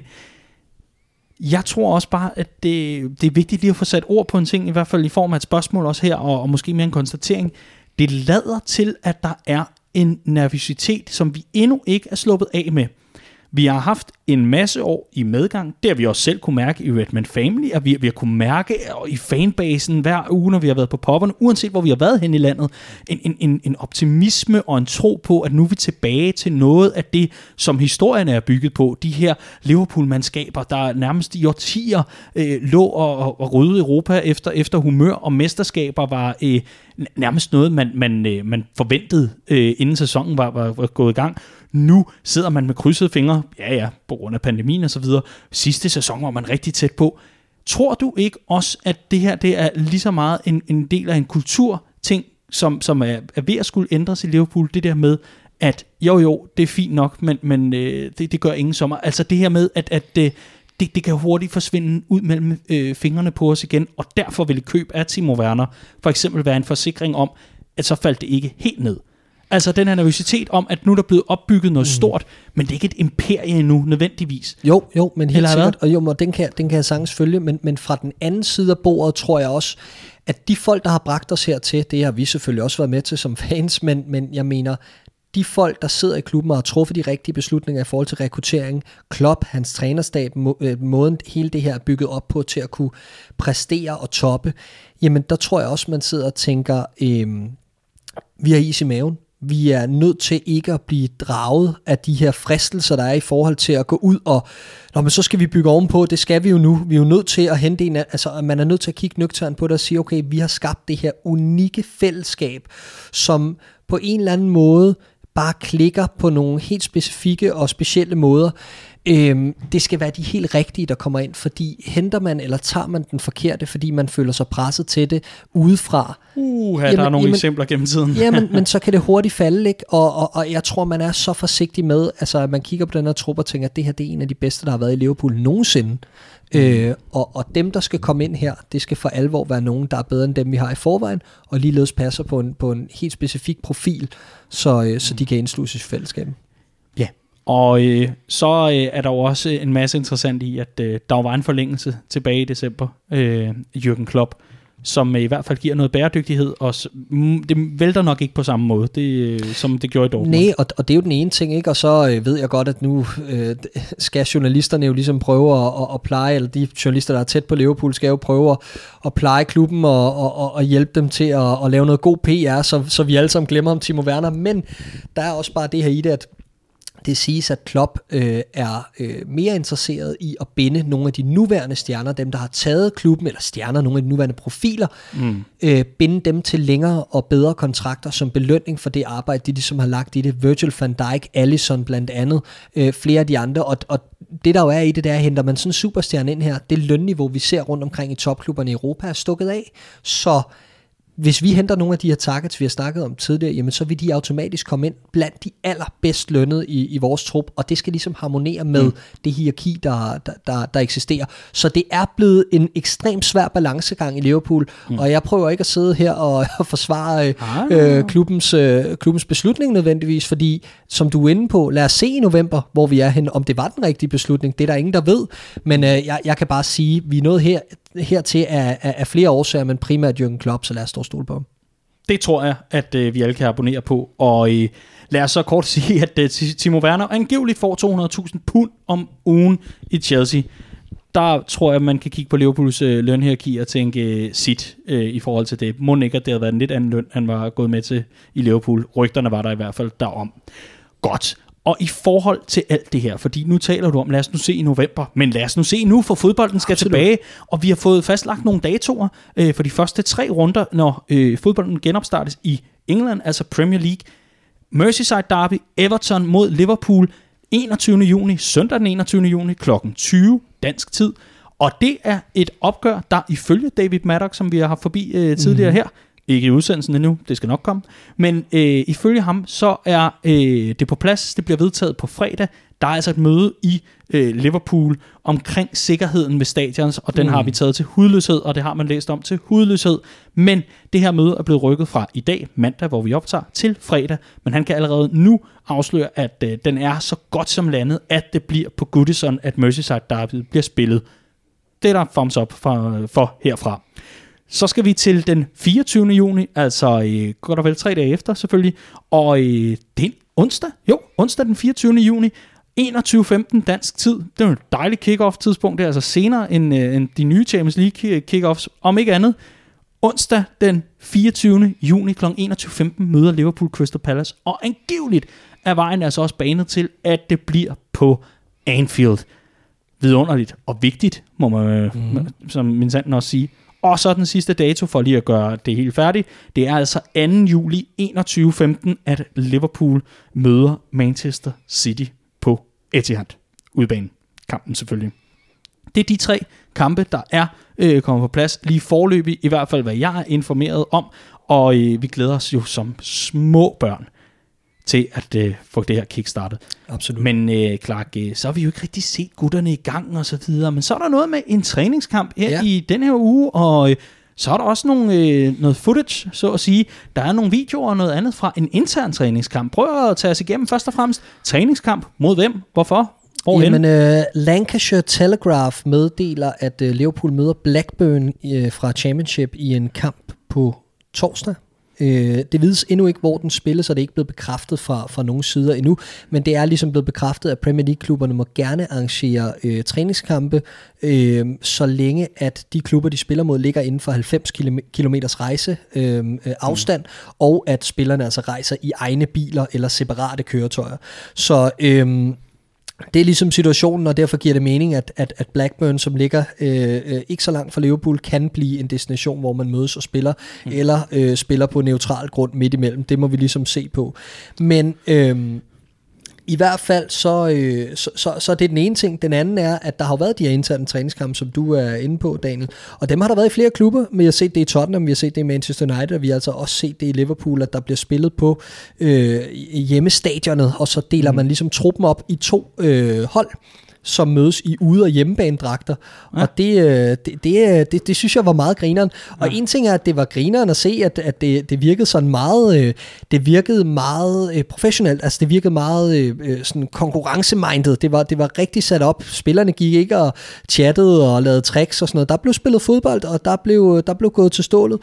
Speaker 1: jeg tror også bare, at det, det er vigtigt lige at få sat ord på en ting, i hvert fald i form af et spørgsmål også her, og, og måske mere en konstatering. Det lader til, at der er en nervøsitet, som vi endnu ikke er sluppet af med. Vi har haft en masse år i medgang. Det har vi også selv kunne mærke i Redman Family, og vi, vi har kunne mærke i fanbasen hver uge, når vi har været på popperne, uanset hvor vi har været hen i landet, en, en, en, en optimisme og en tro på, at nu er vi tilbage til noget af det, som historien er bygget på. De her Liverpool-mandskaber, der nærmest i årtier øh, lå og, og, og rydde Europa efter, efter humør, og mesterskaber var øh, nærmest noget, man, man, øh, man forventede, øh, inden sæsonen var, var, var gået i gang. Nu sidder man med krydsede fingre, ja ja, på grund af pandemien og så videre. Sidste sæson var man rigtig tæt på. Tror du ikke også, at det her det er lige så meget en, en del af en kulturting, som, som er, er ved at skulle ændres i Liverpool? Det der med, at jo jo, det er fint nok, men, men øh, det, det gør ingen sommer. Altså det her med, at, at øh, det, det kan hurtigt forsvinde ud mellem øh, fingrene på os igen, og derfor vil et køb af Timo Werner for eksempel være en forsikring om, at så faldt det ikke helt ned. Altså den her nervøsitet om, at nu er der blevet opbygget noget mm. stort, men det er ikke et imperie endnu, nødvendigvis.
Speaker 2: Jo, jo, men helt
Speaker 1: Eller
Speaker 2: sikkert, og jo, den kan, den kan jeg sagtens følge, men, men fra den anden side af bordet tror jeg også, at de folk, der har bragt os hertil, det har vi selvfølgelig også været med til som fans, men, men jeg mener, de folk, der sidder i klubben og har truffet de rigtige beslutninger i forhold til rekruttering, Klopp, hans trænerstab, må, øh, måden hele det her er bygget op på til at kunne præstere og toppe, jamen der tror jeg også, man sidder og tænker, øh, vi har is i maven. Vi er nødt til ikke at blive draget af de her fristelser, der er i forhold til at gå ud og, nå, men så skal vi bygge ovenpå, det skal vi jo nu. Vi er jo nødt til at hente en, altså man er nødt til at kigge nøgternt på det og sige, okay, vi har skabt det her unikke fællesskab, som på en eller anden måde bare klikker på nogle helt specifikke og specielle måder. Øhm, det skal være de helt rigtige, der kommer ind, fordi henter man eller tager man den forkerte, fordi man føler sig presset til det udefra.
Speaker 1: Uh, her, der er nogle jamen, eksempler gennem tiden.
Speaker 2: Jamen, men så kan det hurtigt falde, ikke? Og, og, og jeg tror, man er så forsigtig med, altså at man kigger på den her trup og tænker, at det her det er en af de bedste, der har været i Liverpool nogensinde. Mm. Øh, og, og dem, der skal komme ind her, det skal for alvor være nogen, der er bedre end dem, vi har i forvejen, og ligeledes passer på en, på en helt specifik profil, så, øh, så de kan indsluses i fællesskabet.
Speaker 1: Ja. Og øh, så øh, er der jo også en masse interessant i, at øh, der var en forlængelse tilbage i december, øh, Jürgen Klopp, som øh, i hvert fald giver noget bæredygtighed, og mm, det vælter nok ikke på samme måde, det, øh, som det gjorde i Dortmund.
Speaker 2: Nej, og, og det er jo den ene ting, ikke? Og så øh, ved jeg godt, at nu øh, skal journalisterne jo ligesom prøve at, at, at pleje, eller de journalister, der er tæt på Liverpool, skal jo prøve at, at pleje klubben og, og, og, og hjælpe dem til at, at lave noget god P R, så, så vi alle sammen glemmer om Timo Werner, men der er også bare det her i det, at det siges, at Klopp øh, er øh, mere interesseret i at binde nogle af de nuværende stjerner, dem der har taget klubben, eller stjerner, nogle af de nuværende profiler, mm. øh, binde dem til længere og bedre kontrakter som belønning for det arbejde, de ligesom har lagt i det. Virgil van Dijk, Alisson blandt andet, øh, flere af de andre, og, og det der jo er i det der, henter man sådan en superstjerne ind her, det lønniveau, vi ser rundt omkring i topklubberne i Europa, er stukket af, så hvis vi henter nogle af de her targets, vi har snakket om tidligere, jamen så vil de automatisk komme ind blandt de allerbedst lønnede i, i vores trup, og det skal ligesom harmonere med mm. det hierarki, der, der, der, der eksisterer. Så det er blevet en ekstremt svær balancegang i Liverpool, mm. og jeg prøver ikke at sidde her og, og forsvare øh, øh, klubbens, øh, klubbens beslutning nødvendigvis, fordi som du er inde på, lad os se i november, hvor vi er hen, om det var den rigtige beslutning, det er der ingen, der ved, men øh, jeg, jeg kan bare sige, vi er nået her hertil af, af, af flere årsager, men primært Jürgen Klopp, så lad os stå stole på ham.
Speaker 1: Det tror jeg, at øh, vi alle kan abonnere på, og øh, lad os så kort sige, at øh, Timo Werner angiveligt får to hundrede tusind pund om ugen i Chelsea. Der tror jeg, man kan kigge på Liverpools øh, lønhierarki og tænke øh, sit øh, i forhold til det. Må ikke, at det havde været en lidt anden løn, han var gået med til i Liverpool. Rygterne var der i hvert fald derom. Godt. Og i forhold til alt det her, fordi nu taler du om, lad os nu se i november, men lad os nu se nu, for fodbolden skal Absolut. tilbage, og vi har fået fastlagt nogle datoer øh, for de første tre runder, når øh, fodbolden genopstartes i England, altså Premier League. Merseyside Derby, Everton mod Liverpool, enogtyvende juni, søndag den enogtyvende juni, klokken tyve dansk tid, og det er et opgør, der ifølge David Maddox, som vi har haft forbi øh, tidligere mm. her, ikke i udsendelsen endnu, det skal nok komme. Men øh, ifølge ham, så er øh, det på plads, det bliver vedtaget på fredag. Der er altså et møde i øh, Liverpool omkring sikkerheden ved stadions, og den mm. har vi taget til hudløshed, og det har man læst om til hudløshed. Men det her møde er blevet rykket fra i dag, mandag, hvor vi optager, til fredag. Men han kan allerede nu afsløre, at øh, den er så godt som landet, at det bliver på Goodison, at Merseyside Derby bliver spillet. Det er der thumbs up for, for herfra. Så skal vi til den fireogtyvende juni, altså øh, godt og vel tre dage efter selvfølgelig, og øh, det er onsdag, jo, onsdag den fireogtyvende juni, enogtyve femten dansk tid. Det er jo et dejligt kick-off tidspunkt, det er altså senere end, øh, end de nye Champions League kick-offs, om ikke andet. Onsdag den fireogtyvende juni kl. enogtyve femten møder Liverpool Crystal Palace, og angiveligt er vejen altså også banet til, at det bliver på Anfield. Vidunderligt og vigtigt, må man, mm. som min sanden også sige. Og så den sidste dato, for lige at gøre det helt færdigt, det er altså anden juli enogtyve femten, at Liverpool møder Manchester City på Etihad. Udbanen. Kampen selvfølgelig. Det er de tre kampe, der er øh, kommet på plads, lige forløbig, i hvert fald hvad jeg er informeret om, og øh, vi glæder os jo som små børn til at øh, få det her kickstartet.
Speaker 2: Absolut.
Speaker 1: Men øh, Clark, øh, så har vi jo ikke rigtig set gutterne i gang og så videre, men så er der noget med en træningskamp her ja. i den her uge, og øh, så er der også nogle, øh, noget footage, så at sige. Der er nogle videoer og noget andet fra en intern træningskamp. Prøv at tage os igennem først og fremmest. Træningskamp mod hvem? Hvorfor? Hvorhen?
Speaker 2: Jamen, uh, Lancashire Telegraph meddeler, at uh, Liverpool møder Blackburn uh, fra Championship i en kamp på torsdag. Uh, det vides endnu ikke, hvor den spilles, så det er ikke blevet bekræftet fra, fra nogen sider endnu, men det er ligesom blevet bekræftet, at Premier League-klubberne må gerne arrangere uh, træningskampe, uh, så længe at de klubber, de spiller mod, ligger inden for halvfems kilometers rejse uh, uh, afstand, mm. og at spillerne altså rejser i egne biler eller separate køretøjer. Så Uh, det er ligesom situationen, og derfor giver det mening, at, at, at Blackburn, som ligger øh, øh, ikke så langt fra Liverpool, kan blive en destination, hvor man mødes og spiller, mm. eller øh, spiller på neutral grund midt imellem. Det må vi ligesom se på. Men øh, i hvert fald, så, øh, så, så, så er det den ene ting. Den anden er, at der har været de her interne træningskampe, som du er inde på, Daniel. Og dem har der været i flere klubber. Vi har set det i Tottenham, vi har set det i Manchester United, og vi har altså også set det i Liverpool, at der bliver spillet på øh, hjemmestadionet, og så deler mm. man ligesom truppen op i to øh, hold, som mødes i ude- og hjemmebanedragter. Ja. Og det, det, det, det, det synes jeg var meget grineren. Og ja. En ting er, at det var grineren at se, at, at det, det virkede sådan meget, det virkede meget professionelt. Altså det virkede meget sådan konkurrencemindet. Det var, det var rigtig sat op. Spillerne gik ikke og chattede og lavede tricks og sådan noget. Der blev spillet fodbold, og der blev, der blev gået til stålet.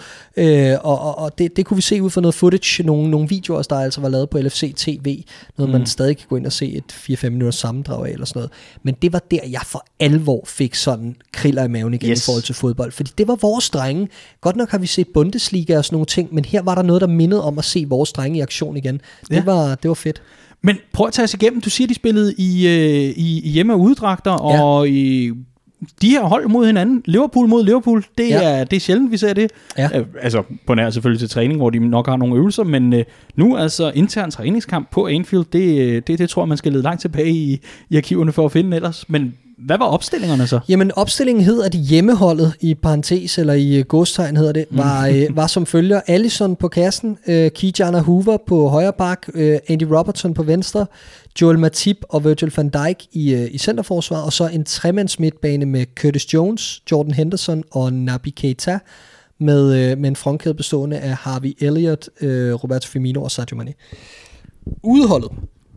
Speaker 2: Og, og, og det, det kunne vi se ud fra noget footage, nogle, nogle videoer, der altså var lavet på L F C T V. Noget, mm. man stadig kan gå ind og se et fire fem minutters sammendrag af eller sådan noget. Men det var der, jeg for alvor fik sådan kriller i maven igen yes. i forhold til fodbold. Fordi det var vores drenge. Godt nok har vi set Bundesliga og sådan nogle ting, men her var der noget, der mindede om at se vores drenge i aktion igen. Det, ja. var, det var fedt. Men prøv at tage os igennem. Du siger, de spillede i, øh, i, i hjemme- og uddragter, ja. og i... De her hold mod hinanden, Liverpool mod Liverpool, det, ja. er, det er sjældent, vi ser det. Ja. Øh, altså på nær selvfølgelig til træning, hvor de nok har nogle øvelser, men øh, nu altså intern træningskamp på Anfield, det, det, det tror jeg, man skal lede langt tilbage i, i arkiverne for at finde ellers. Men hvad var opstillingerne så? Jamen opstillingen hed, at hjemmeholdet i parentes, eller i godstegn hedder det, var, øh, var som følger Alisson på kassen, øh, Kijana Hoover på højre bak, øh, Andy Robertson på venstre, Joel Matip og Virgil van Dijk i, øh, i centerforsvar, og så en tremands midtbane med Curtis Jones, Jordan Henderson og Naby Keita, med, øh, med en frontkæde bestående af Harvey Elliott, øh, Roberto Firmino og Sadio Mane. Udeholdet.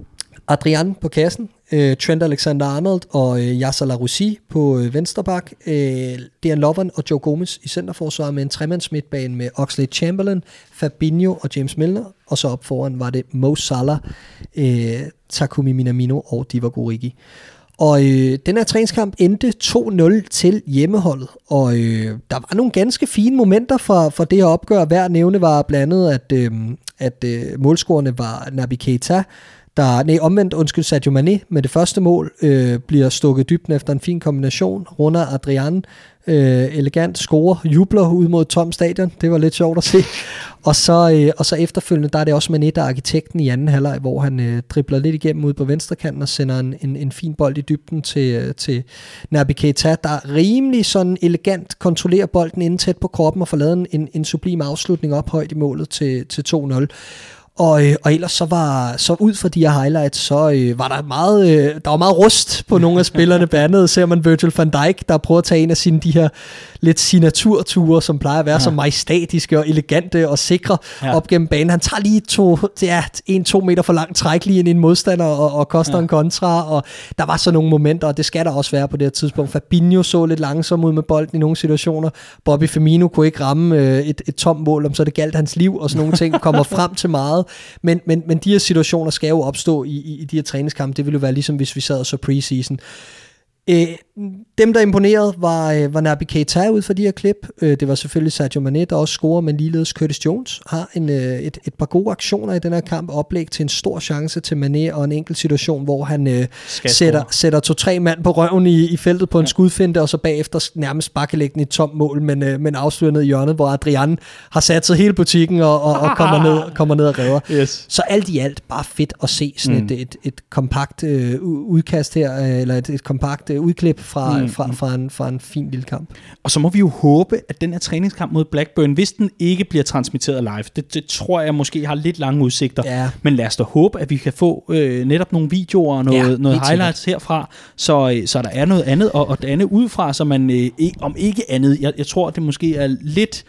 Speaker 2: Adrian på kassen, øh, Trent Alexander-Arnold og øh, Yasser Larouci på øh, vensterbak, øh, Dejan Lovren og Joe Gomez i centerforsvar med en tremands midtbane med Oxlade-Chamberlain, Fabinho og James Milner, og så op foran var det Mo Salah, øh, Takumi Minamino og Divock Origi. Og øh, den her træningskamp endte to nul til hjemmeholdet, og øh, der var nogle ganske fine momenter for, for det her opgør. Hver nævne var blandet, at, øh, at øh, målscorerne var Naby Keita, der, nej, omvendt, undskyld, Sadio Mane med det første mål øh, bliver stukket dybden efter en fin kombination, runder Adrian øh, elegant, scorer, jubler ud mod tom stadion, det var lidt sjovt at se, og så, øh, og så efterfølgende, der er det også Mane, der er arkitekten i anden halvleg, hvor han øh, dribler lidt igennem ud på venstrekanten og sender en, en, en fin bold i dybden til, øh, til Naby Keita, der rimelig sådan elegant kontrollerer bolden inden tæt på kroppen og får lavet en, en sublim afslutning op højt i målet til, til to nul. Og, øh, og ellers så var så ud fra de her highlights, så øh, var der meget øh, der var meget rust på nogle af spillerne. Blandt andet ser man Virgil van Dijk, der prøver at tage en af sine de her lidt signaturture, som plejer at være ja. så majestatiske og elegante og sikre ja. op gennem banen. Han tager lige to, ja, en to meter for langt træk lige ind i en modstander og, og koster ja. en kontra, og der var så nogle momenter, og det skal der også være på det her tidspunkt. Fabinho så lidt langsom ud med bolden i nogle situationer. Bobby Firmino kunne ikke ramme øh, et, et tomt mål, om så det galt hans liv og sådan nogle ting, kommer frem til meget. Men, men, men de her situationer skal jo opstå i, i, i de her træningskampe. Det ville jo være ligesom hvis vi sad og så preseason. Øh, dem, der imponerede, var, var Naby Keita ud for de her klip. Det var selvfølgelig Sadio Mane, der også scorer, men ligeledes Curtis Jones har en, et, et par gode aktioner i den her kamp. Oplæg til en stor chance til Mane, og en enkelt situation, hvor han øh, sætter, sætter to-tre mand på røven i, i feltet på en ja. skudfinte, og så bagefter nærmest bakkelæggen i et tomt mål, men, øh, men afslutter ned i hjørnet, hvor Adrian har sat sig hele butikken og, og, og kommer, ned, kommer ned og redder. Yes. Så alt i alt bare fedt at se sådan mm. et, et, et kompakt øh, udkast her, eller et, et kompakt øh, udklip Fra, mm. fra, fra, en, fra en fin lille kamp.
Speaker 1: Og så må vi jo håbe, at den her træningskamp mod Blackburn, hvis den ikke bliver transmitteret live, det, det tror jeg måske har lidt lange udsigter, ja. men lad os da håbe, at vi kan få øh, netop nogle videoer og noget, ja, noget highlights herfra, så, så der er noget andet og, og det andet udefra, så man øh, om ikke andet, jeg, jeg tror, det måske er lidt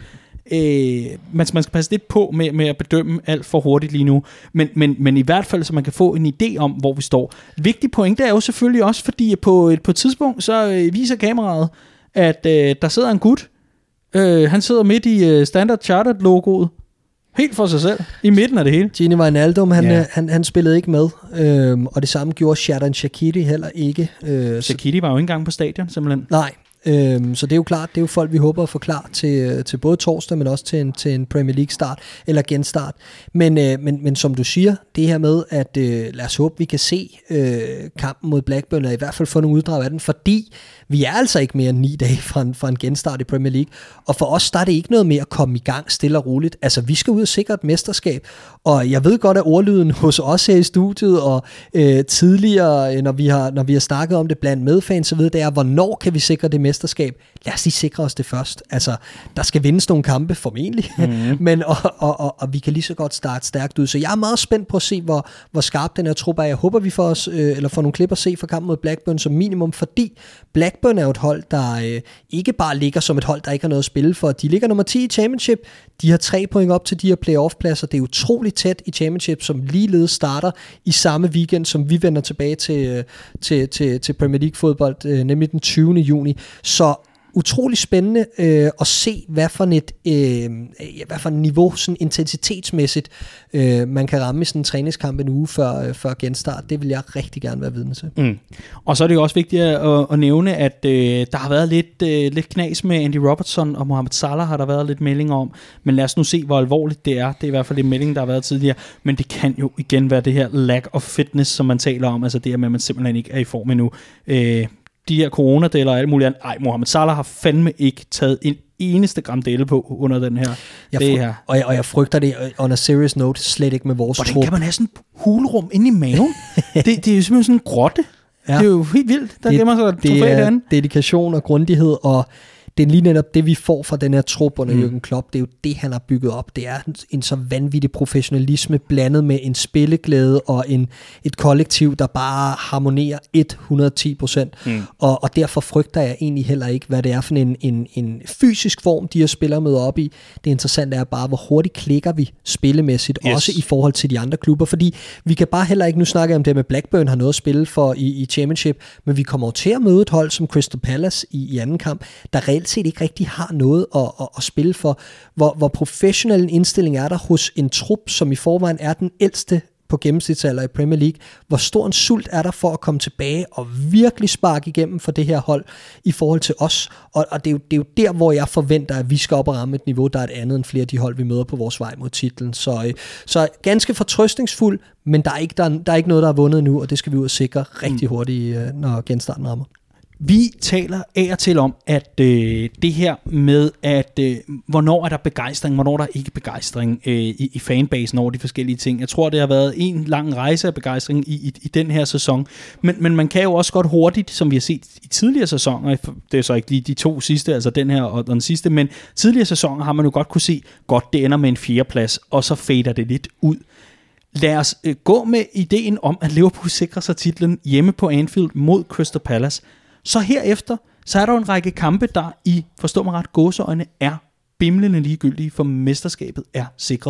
Speaker 1: Øh, man, man skal passe lidt på med, med at bedømme alt for hurtigt lige nu, men, men, men i hvert fald, så man kan få en idé om, hvor vi står. Vigtig pointe er jo selvfølgelig også, fordi på et, på et tidspunkt, så øh, viser kameraet, at øh, der sidder en gut, øh, han sidder midt i øh, Standard Chartered-logoet, helt for sig selv, i midten af det hele.
Speaker 2: Gini Wijnaldum, han, yeah. han, han spillede ikke med, øhm, og det samme gjorde Xherdan Shaqiri heller ikke. Øh,
Speaker 1: Shaqiri var jo ikke engang på stadion, simpelthen.
Speaker 2: Nej. Øhm, så det er jo klart, det er jo folk, vi håber at få klar til, til både torsdag, men også til en, til en Premier League start, eller genstart. Men, øh, men, men som du siger, det her med, at øh, lad os håbe, vi kan se øh, kampen mod Blackburn, eller i hvert fald få nogle uddrag af den, fordi vi er altså ikke mere end ni dage fra en, fra en genstart i Premier League, og for os der er det ikke noget med at komme i gang stille og roligt. Altså, vi skal ud og sikre et mesterskab, og jeg ved godt, at ordlyden hos os her i studiet, og øh, tidligere, når vi, har, når vi har snakket om det blandt medfans, så ved det er, hvornår kan vi sikre det mesterskab? Lad os lige sikre os det først. Altså, der skal vindes nogle kampe, formentlig, mm-hmm. men og, og, og, og vi kan lige så godt starte stærkt ud. Så jeg er meget spændt på at se, hvor, hvor skarp den her trup er. Jeg håber, vi får, os, øh, eller får nogle klip at se fra kampen mod Blackburn som minimum, fordi Blackburn er jo et hold, der øh, ikke bare ligger som et hold, der ikke har noget at spille for. De ligger nummer ti i Championship. De har tre point op til de her playoff-pladser. Det er utroligt tæt i Championship, som ligeledes starter i samme weekend, som vi vender tilbage til, til, til, til Premier League-fodbold, øh, nemlig den tyvende juni. Så utrolig spændende øh, at se, hvad for et øh, hvad for et niveau, sådan intensitetsmæssigt, øh, man kan ramme i sådan en træningskamp en uge før, øh, før genstart. Det vil jeg rigtig gerne være vidne til.
Speaker 1: Mm. Og så er det jo også vigtigt at, at nævne, at øh, der har været lidt, øh, lidt knas med Andy Robertson og Mohamed Salah, har der været lidt meldinger om. Men lad os nu se, hvor alvorligt det er. Det er i hvert fald en melding, der har været tidligere. Men det kan jo igen være det her lack of fitness, som man taler om. Altså det her med, at man simpelthen ikke er i form endnu. Øh, de her coronadeller og alt muligt andet. Ej, Mohamed Salah har fandme ikke taget en eneste gram dele på under den her.
Speaker 2: Jeg
Speaker 1: det
Speaker 2: fry-
Speaker 1: her.
Speaker 2: Og, jeg, og jeg frygter det on a serious note slet ikke med vores
Speaker 1: Hvordan
Speaker 2: trup.
Speaker 1: kan man have sådan et hulrum inde i maven? det, det er jo simpelthen sådan en grotte. Ja. Det er jo helt vildt. Der
Speaker 2: det,
Speaker 1: gemmer sig et trofæ derinde.
Speaker 2: Dedikation og grundighed, og det er lige netop det, vi får fra den her trup under mm. Jürgen Klopp. Det er jo det, han har bygget op. Det er en så vanvittig professionalisme blandet med en spilleglæde og en, et kollektiv, der bare harmonerer et hundrede og ti procent. Mm. Og, og derfor frygter jeg egentlig heller ikke, hvad det er for en, en, en fysisk form, de her spillere møder op i. Det interessante er bare, hvor hurtigt klikker vi spillemæssigt, yes. også i forhold til de andre klubber. Fordi vi kan bare heller ikke, nu snakke om det med Blackburn, har noget at spille for i, i Championship, men vi kommer til at møde et hold som Crystal Palace i, i anden kamp, der reelt set ikke rigtig har noget at, at, at spille for. Hvor, hvor professionel en indstilling er der hos en trup, som i forvejen er den ældste på gennemsnitsalder i Premier League. Hvor stor en sult er der for at komme tilbage og virkelig sparke igennem for det her hold i forhold til os. Og, og det, er jo, det er jo der, hvor jeg forventer, at vi skal op og ramme et niveau, der er et andet end flere af de hold, vi møder på vores vej mod titlen. Så, så ganske fortrøstningsfuld, men der er, ikke, der, der er ikke noget, der er vundet nu, og det skal vi ud og sikre rigtig hurtigt, når genstarten rammer.
Speaker 1: Vi taler af og til om, at øh, det her med, at øh, hvornår er der begejstring, hvornår er der ikke begejstring øh, i, i fanbasen over de forskellige ting. Jeg tror, det har været en lang rejse af begejstring i, i, i den her sæson. Men, men man kan jo også godt hurtigt, som vi har set i tidligere sæsoner, det er så ikke lige de to sidste, altså den her og den sidste, men tidligere sæsoner har man jo godt kunne se, godt det ender med en fjerdeplads, og så fader det lidt ud. Lad os øh, gå med ideen om, at Liverpool sikrer sig titlen hjemme på Anfield mod Crystal Palace. Så herefter, så er der en række kampe, der i, forstå mig ret, gåseøjne er bimlende ligegyldige, for mesterskabet er sikret.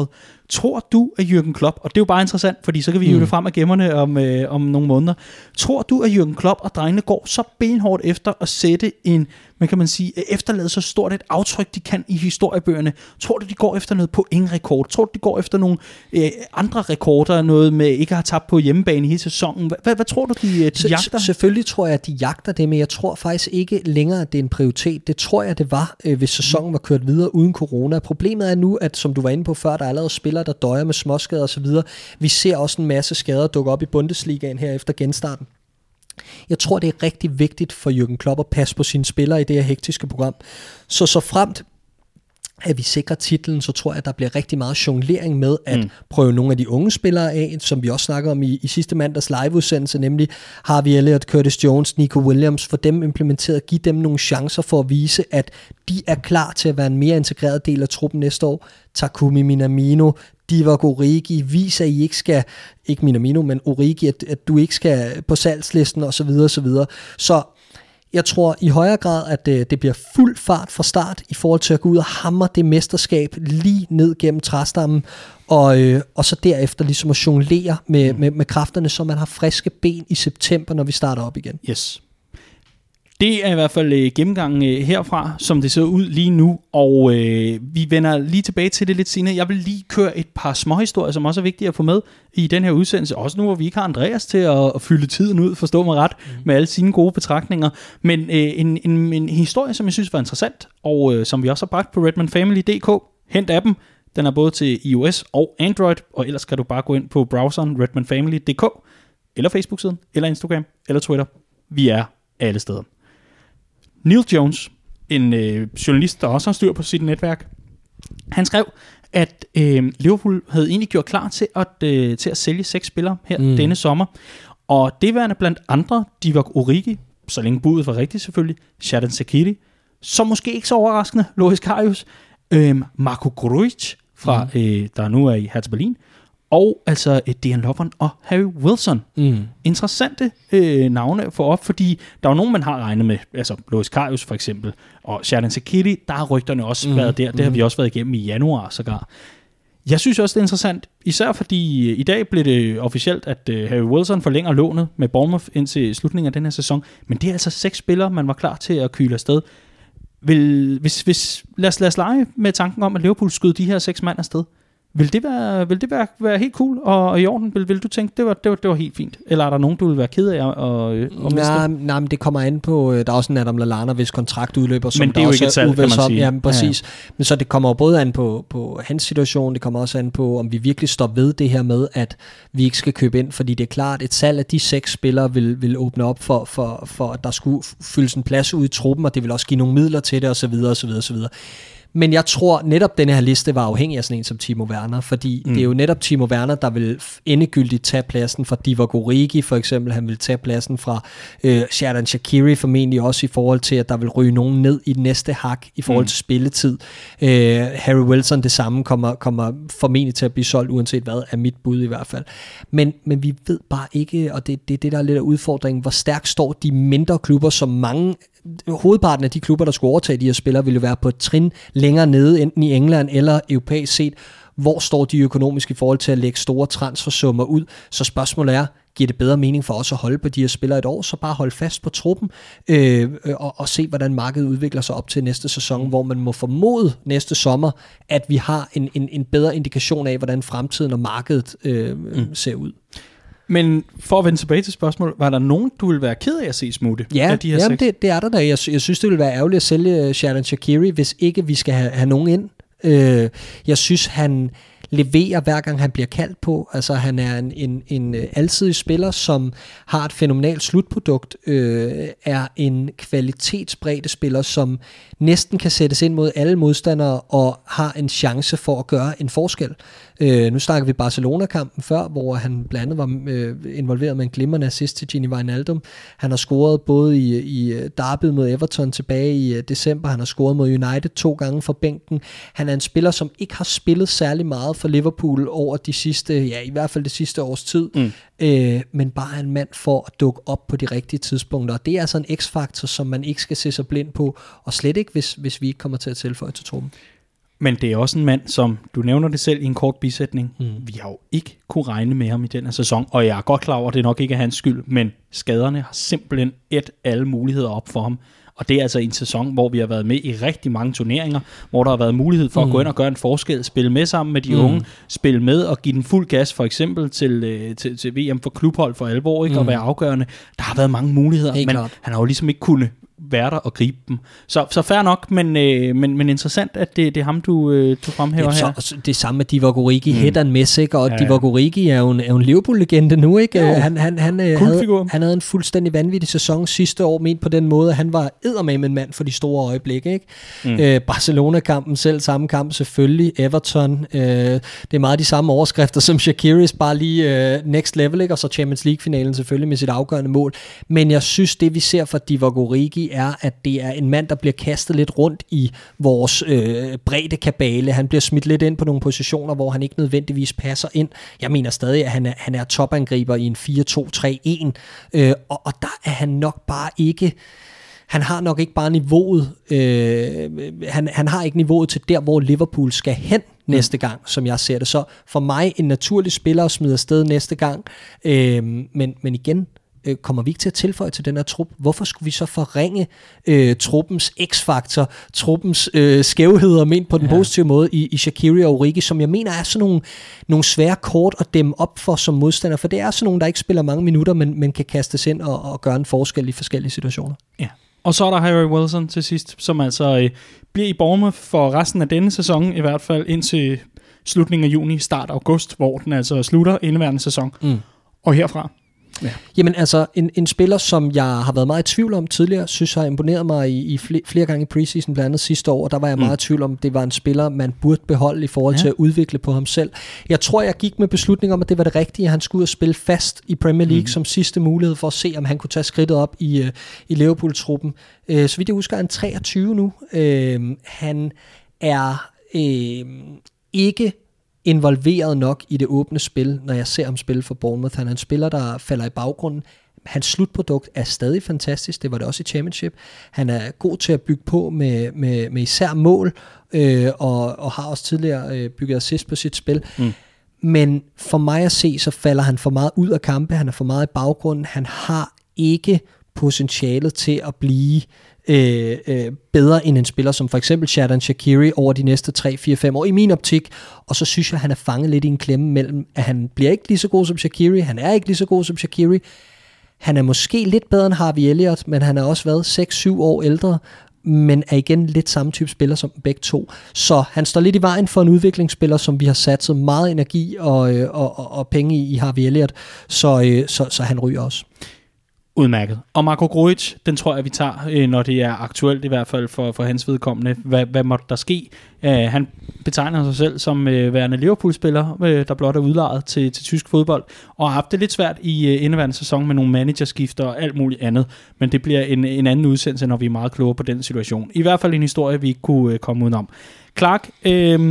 Speaker 1: Tror du, at Jürgen Klopp, og det er jo bare interessant, fordi så kan vi hive mm. det frem af gemmerne om, øh, om nogle måneder, tror du, at Jürgen Klopp og drengene går så benhårdt efter at sætte en, man kan man sige, efterlade så stort et aftryk, de kan i historiebøgerne? Tror du, de går efter noget pointrekord? Tror du, de går efter nogle øh, andre rekorder, noget med ikke at have tabt på hjemmebane i hele sæsonen? Hvad, hvad tror du, de, de jagter?
Speaker 2: Selvfølgelig tror jeg, at de jagter det, men jeg tror faktisk ikke længere, at det er en prioritet. Det tror jeg, det var, øh, hvis sæsonen var kørt videre uden corona. Problemet er nu, at som du var inde på før, der er allerede spillere, der døjer med småskader osv. Vi ser også en masse skader dukke op i Bundesligaen her efter genstarten. Jeg tror, det er rigtig vigtigt for Jürgen Klopp at passe på sine spillere i det her hektiske program. Så så fremt at vi sikrer titlen, så tror jeg, at der bliver rigtig meget jonglering med at mm. prøve nogle af de unge spillere af, som vi også snakker om i, i sidste mandags liveudsendelse, nemlig Harvey Elliott, Curtis Jones, Nico Williams, for dem implementeret, give dem nogle chancer for at vise, at de er klar til at være en mere integreret del af truppen næste år. Takumi Minamino, Divock Origi, viser, at I ikke skal, ikke Minamino, men Origi, at, at du ikke skal på salgslisten osv. osv. Så jeg tror i højere grad, at det, det bliver fuld fart fra start i forhold til at gå ud og hamre det mesterskab lige ned gennem træstammen, og, øh, og så derefter ligesom at jonglere med, mm. med, med kræfterne, så man har friske ben i september, når vi starter op igen.
Speaker 1: Yes. Det er i hvert fald øh, gennemgangen øh, herfra, som det ser ud lige nu, og øh, vi vender lige tilbage til det lidt senere. Jeg vil lige køre et par småhistorier, som også er vigtige at få med i den her udsendelse, også nu, hvor vi ikke har Andreas til at, at fylde tiden ud, forstå mig ret, mm. med alle sine gode betragtninger. Men øh, en, en, en historie, som jeg synes var interessant, og øh, som vi også har bragt på redman family punktum d k. Hent appen. Den er både til iOS og Android, og ellers kan du bare gå ind på browseren redman family punktum d k, eller Facebook-siden, eller Instagram, eller Twitter. Vi er alle steder. Neil Jones, en øh, journalist, der også har styr på sit netværk, han skrev, at øh, Liverpool havde egentlig gjort klar til at, øh, til at sælge seks spillere her mm. denne sommer. Og det værende blandt andre Divock Origi, så længe budet var rigtigt selvfølgelig, Xherdan Shaqiri, så måske ikke så overraskende, Loris Karius, øh, Marco Grujic, fra, mm. øh, der nu er i Hertha Berlin, og altså øh, Dejan Lovren og Harry Wilson. Mm. Interessante øh, navne for op, fordi der er jo nogen, man har regnet med, altså Loris Karius for eksempel, og Xherdan Shaqiri, der har rygterne også mm. været der, det mm. har vi også været igennem i januar sågar. Jeg synes også, det er interessant, især fordi i dag blev det officielt, at øh, Harry Wilson forlænger lånet med Bournemouth indtil slutningen af den her sæson, men det er altså seks spillere, man var klar til at kyle afsted. Vil, hvis, hvis, lad, os, lad os lege med tanken om, at Liverpool skød de her seks mand afsted. Vil det være, vil det være, være helt cool og, og i orden? Vil, vil du tænke, det var, det, var, det var helt fint? Eller er der nogen, du vil være ked af at, at, at miste?
Speaker 2: Nej, nej, men det kommer an på, der er også en Adam Lallana, hvis kontrakt udløber, som
Speaker 1: men det er jo ikke et salg, kan man sige.
Speaker 2: Ja, præcis. Ja, ja. Men så det kommer jo både an på, på hans situation, det kommer også an på, om vi virkelig står ved det her med, at vi ikke skal købe ind, fordi det er klart, et salg af de seks spillere vil, vil åbne op for, for, for, at der skulle fyldes en plads ud i truppen, og det vil også give nogle midler til det, osv., osv., osv. Men jeg tror netop, denne her liste var afhængig af sådan en som Timo Werner, fordi mm. det er jo netop Timo Werner, der vil endegyldigt tage pladsen fra Divock Origi, for eksempel. Han vil tage pladsen fra øh, Xherdan Shaqiri, formentlig også i forhold til, at der vil ryge nogen ned i næste hak i forhold mm. til spilletid. Øh, Harry Wilson, det samme, kommer, kommer formentlig til at blive solgt, uanset hvad, er mit bud i hvert fald. Men, men vi ved bare ikke, og det er det, det, der er lidt af udfordringen, hvor stærkt står de mindre klubber, som mange hovedparten af de klubber, der skulle overtage de her spillere, ville jo være på et trin længere nede, enten i England eller europæisk set. Hvor står de økonomisk i forhold til at lægge store transfersummer ud? Så spørgsmålet er, giver det bedre mening for os at holde på de her spillere et år, så bare holde fast på truppen øh, og, og se, hvordan markedet udvikler sig op til næste sæson, hvor man må formode næste sommer, at vi har en, en, en bedre indikation af, hvordan fremtiden og markedet øh, mm. ser ud.
Speaker 1: Men for at vende tilbage til spørgsmålet, var der nogen, du ville være ked af at se smutte?
Speaker 2: Ja,
Speaker 1: af de her
Speaker 2: jamen det, det er der da. Jeg, jeg synes, det ville være ærgerligt at sælge Xherdan Shaqiri, hvis ikke vi skal have, have nogen ind. Øh, jeg synes, han leverer hver gang han bliver kaldt på. Altså han er en, en, en alsidig spiller, som har et fænomenalt slutprodukt, øh, er en kvalitetsbredde spiller, som næsten kan sættes ind mod alle modstandere og har en chance for at gøre en forskel. Øh, nu snakker vi Barcelona-kampen før, hvor han blandt andet var øh, involveret med en glimrende assist til Gini Wijnaldum. Han har scoret både i, i derbyet mod Everton tilbage i uh, december, han har scoret mod United to gange fra bænken. Han er en spiller, som ikke har spillet særlig meget for Liverpool over de sidste, ja i hvert fald det sidste års tid, mm. øh, men bare en mand for at dukke op på de rigtige tidspunkter. Og det er altså en x-faktor, som man ikke skal se sig blind på, og slet ikke, hvis, hvis vi ikke kommer til at tilføje til truppen.
Speaker 1: Men det er også en mand, som du nævner det selv i en kort bisætning. Mm. Vi har jo ikke kunne regne med ham i den her sæson, og jeg er godt klar over, at det nok ikke er hans skyld, men skaderne har simpelthen et alle muligheder op for ham. Og det er altså en sæson, hvor vi har været med i rigtig mange turneringer, hvor der har været mulighed for mm. at gå ind og gøre en forskel, spille med sammen med de mm. unge, spille med og give den fuld gas, for eksempel til, til, til V M for klubhold for alvor, ikke, mm. og være afgørende. Der har været mange muligheder, helt men klart. Han har jo ligesom ikke kunnet være der og gribe dem. Så, så fair nok, men, øh, men, men interessant, at det, det er ham, du, øh, du fremhæver ja, her. Så,
Speaker 2: det samme med Divock Origi, mm. Head and Miss, ikke? Og ja, ja. Divock Origi er jo en, en Liverpool-legende nu, ikke? Jo. Han, han, han, havde, han havde en fuldstændig vanvittig sæson sidste år, ment på den måde, at han var eddermame en mand for de store øjeblikke, ikke? Mm. Øh, Barcelona-kampen selv, samme kamp selvfølgelig, Everton, øh, det er meget de samme overskrifter som Shakiris, bare lige øh, next level, ikke? Og så Champions League-finalen selvfølgelig med sit afgørende mål. Men jeg synes, det vi ser fra Divock Origi er, at det er en mand, der bliver kastet lidt rundt i vores øh, bredde kabale. Han bliver smidt lidt ind på nogle positioner, hvor han ikke nødvendigvis passer ind. Jeg mener stadig, at han er, han er topangriber i en fire to tre en, øh, og, og der er han nok bare ikke... Han har nok ikke bare niveauet, øh, han, han har ikke niveauet til der, hvor Liverpool skal hen næste gang, som jeg ser det. Så for mig en naturlig spiller at smide afsted næste gang, øh, men, men igen, kommer vi ikke til at tilføje til den her trup? Hvorfor skulle vi så forringe øh, truppens x-faktor, truppens øh, skævheder, ment på den ja. positive måde, i, i Shaqiri og Origi, som jeg mener er sådan nogle, nogle svære kort at dæmme op for som modstander, for det er sådan nogle, der ikke spiller mange minutter, men, men kan kastes ind og, og gøre en forskel i forskellige situationer.
Speaker 1: Ja. Og så er der Harry Wilson til sidst, som altså øh, bliver i Bournemouth for resten af denne sæson, i hvert fald indtil slutningen af juni, start august, hvor den altså slutter indeværende sæson. Mm. Og herfra ja.
Speaker 2: Jamen altså, en, en spiller, som jeg har været meget i tvivl om tidligere, synes har imponeret mig i, i flere, flere gange i preseason, blandt andet sidste år, og der var jeg mm. meget i tvivl om, det var en spiller, man burde beholde i forhold ja. til at udvikle på ham selv. Jeg tror, jeg gik med beslutning om, at det var det rigtige, at han skulle ud og spille fast i Premier League mm. som sidste mulighed for at se, om han kunne tage skridtet op i, uh, i Liverpool-truppen. Uh, så vidt jeg husker, er han treogtyve nu. Uh, han er uh, ikke involveret nok i det åbne spil, når jeg ser ham spille for Bournemouth. Han er en spiller, der falder i baggrunden. Hans slutprodukt er stadig fantastisk. Det var det også i Championship. Han er god til at bygge på med, med, med især mål, øh, og, og har også tidligere øh, bygget assist på sit spil. Mm. Men for mig at se, så falder han for meget ud af kampe. Han er for meget i baggrunden. Han har ikke potentialet til at blive Øh, øh, bedre end en spiller som for eksempel Xherdan Shaqiri over de næste tre, fire, fem år i min optik, og så synes jeg, at han er fanget lidt i en klemme mellem, at han bliver ikke lige så god som Shaqiri, han er ikke lige så god som Shaqiri, han er måske lidt bedre end Harvey Elliott, men han har også været seks syv år ældre, men er igen lidt samme type spiller som begge to, så han står lidt i vejen for en udviklingsspiller, som vi har satset meget energi og, og, og, og penge i, i Harvey Elliott, så, så, så han ryger også.
Speaker 1: Udmærket. Og Marko Grujic, den tror jeg, vi tager, når det er aktuelt i hvert fald for, for hans vedkommende. Hvad, hvad måtte der ske? Uh, han betegner sig selv som uh, værende Liverpool-spiller, uh, der blot er udlejet til, til tysk fodbold, og har haft det lidt svært i uh, indeværende sæson med nogle managerskifter og alt muligt andet. Men det bliver en, en anden udsendelse, når vi er meget klogere på den situation. I hvert fald en historie, vi ikke kunne uh, komme udenom. Clark, uh,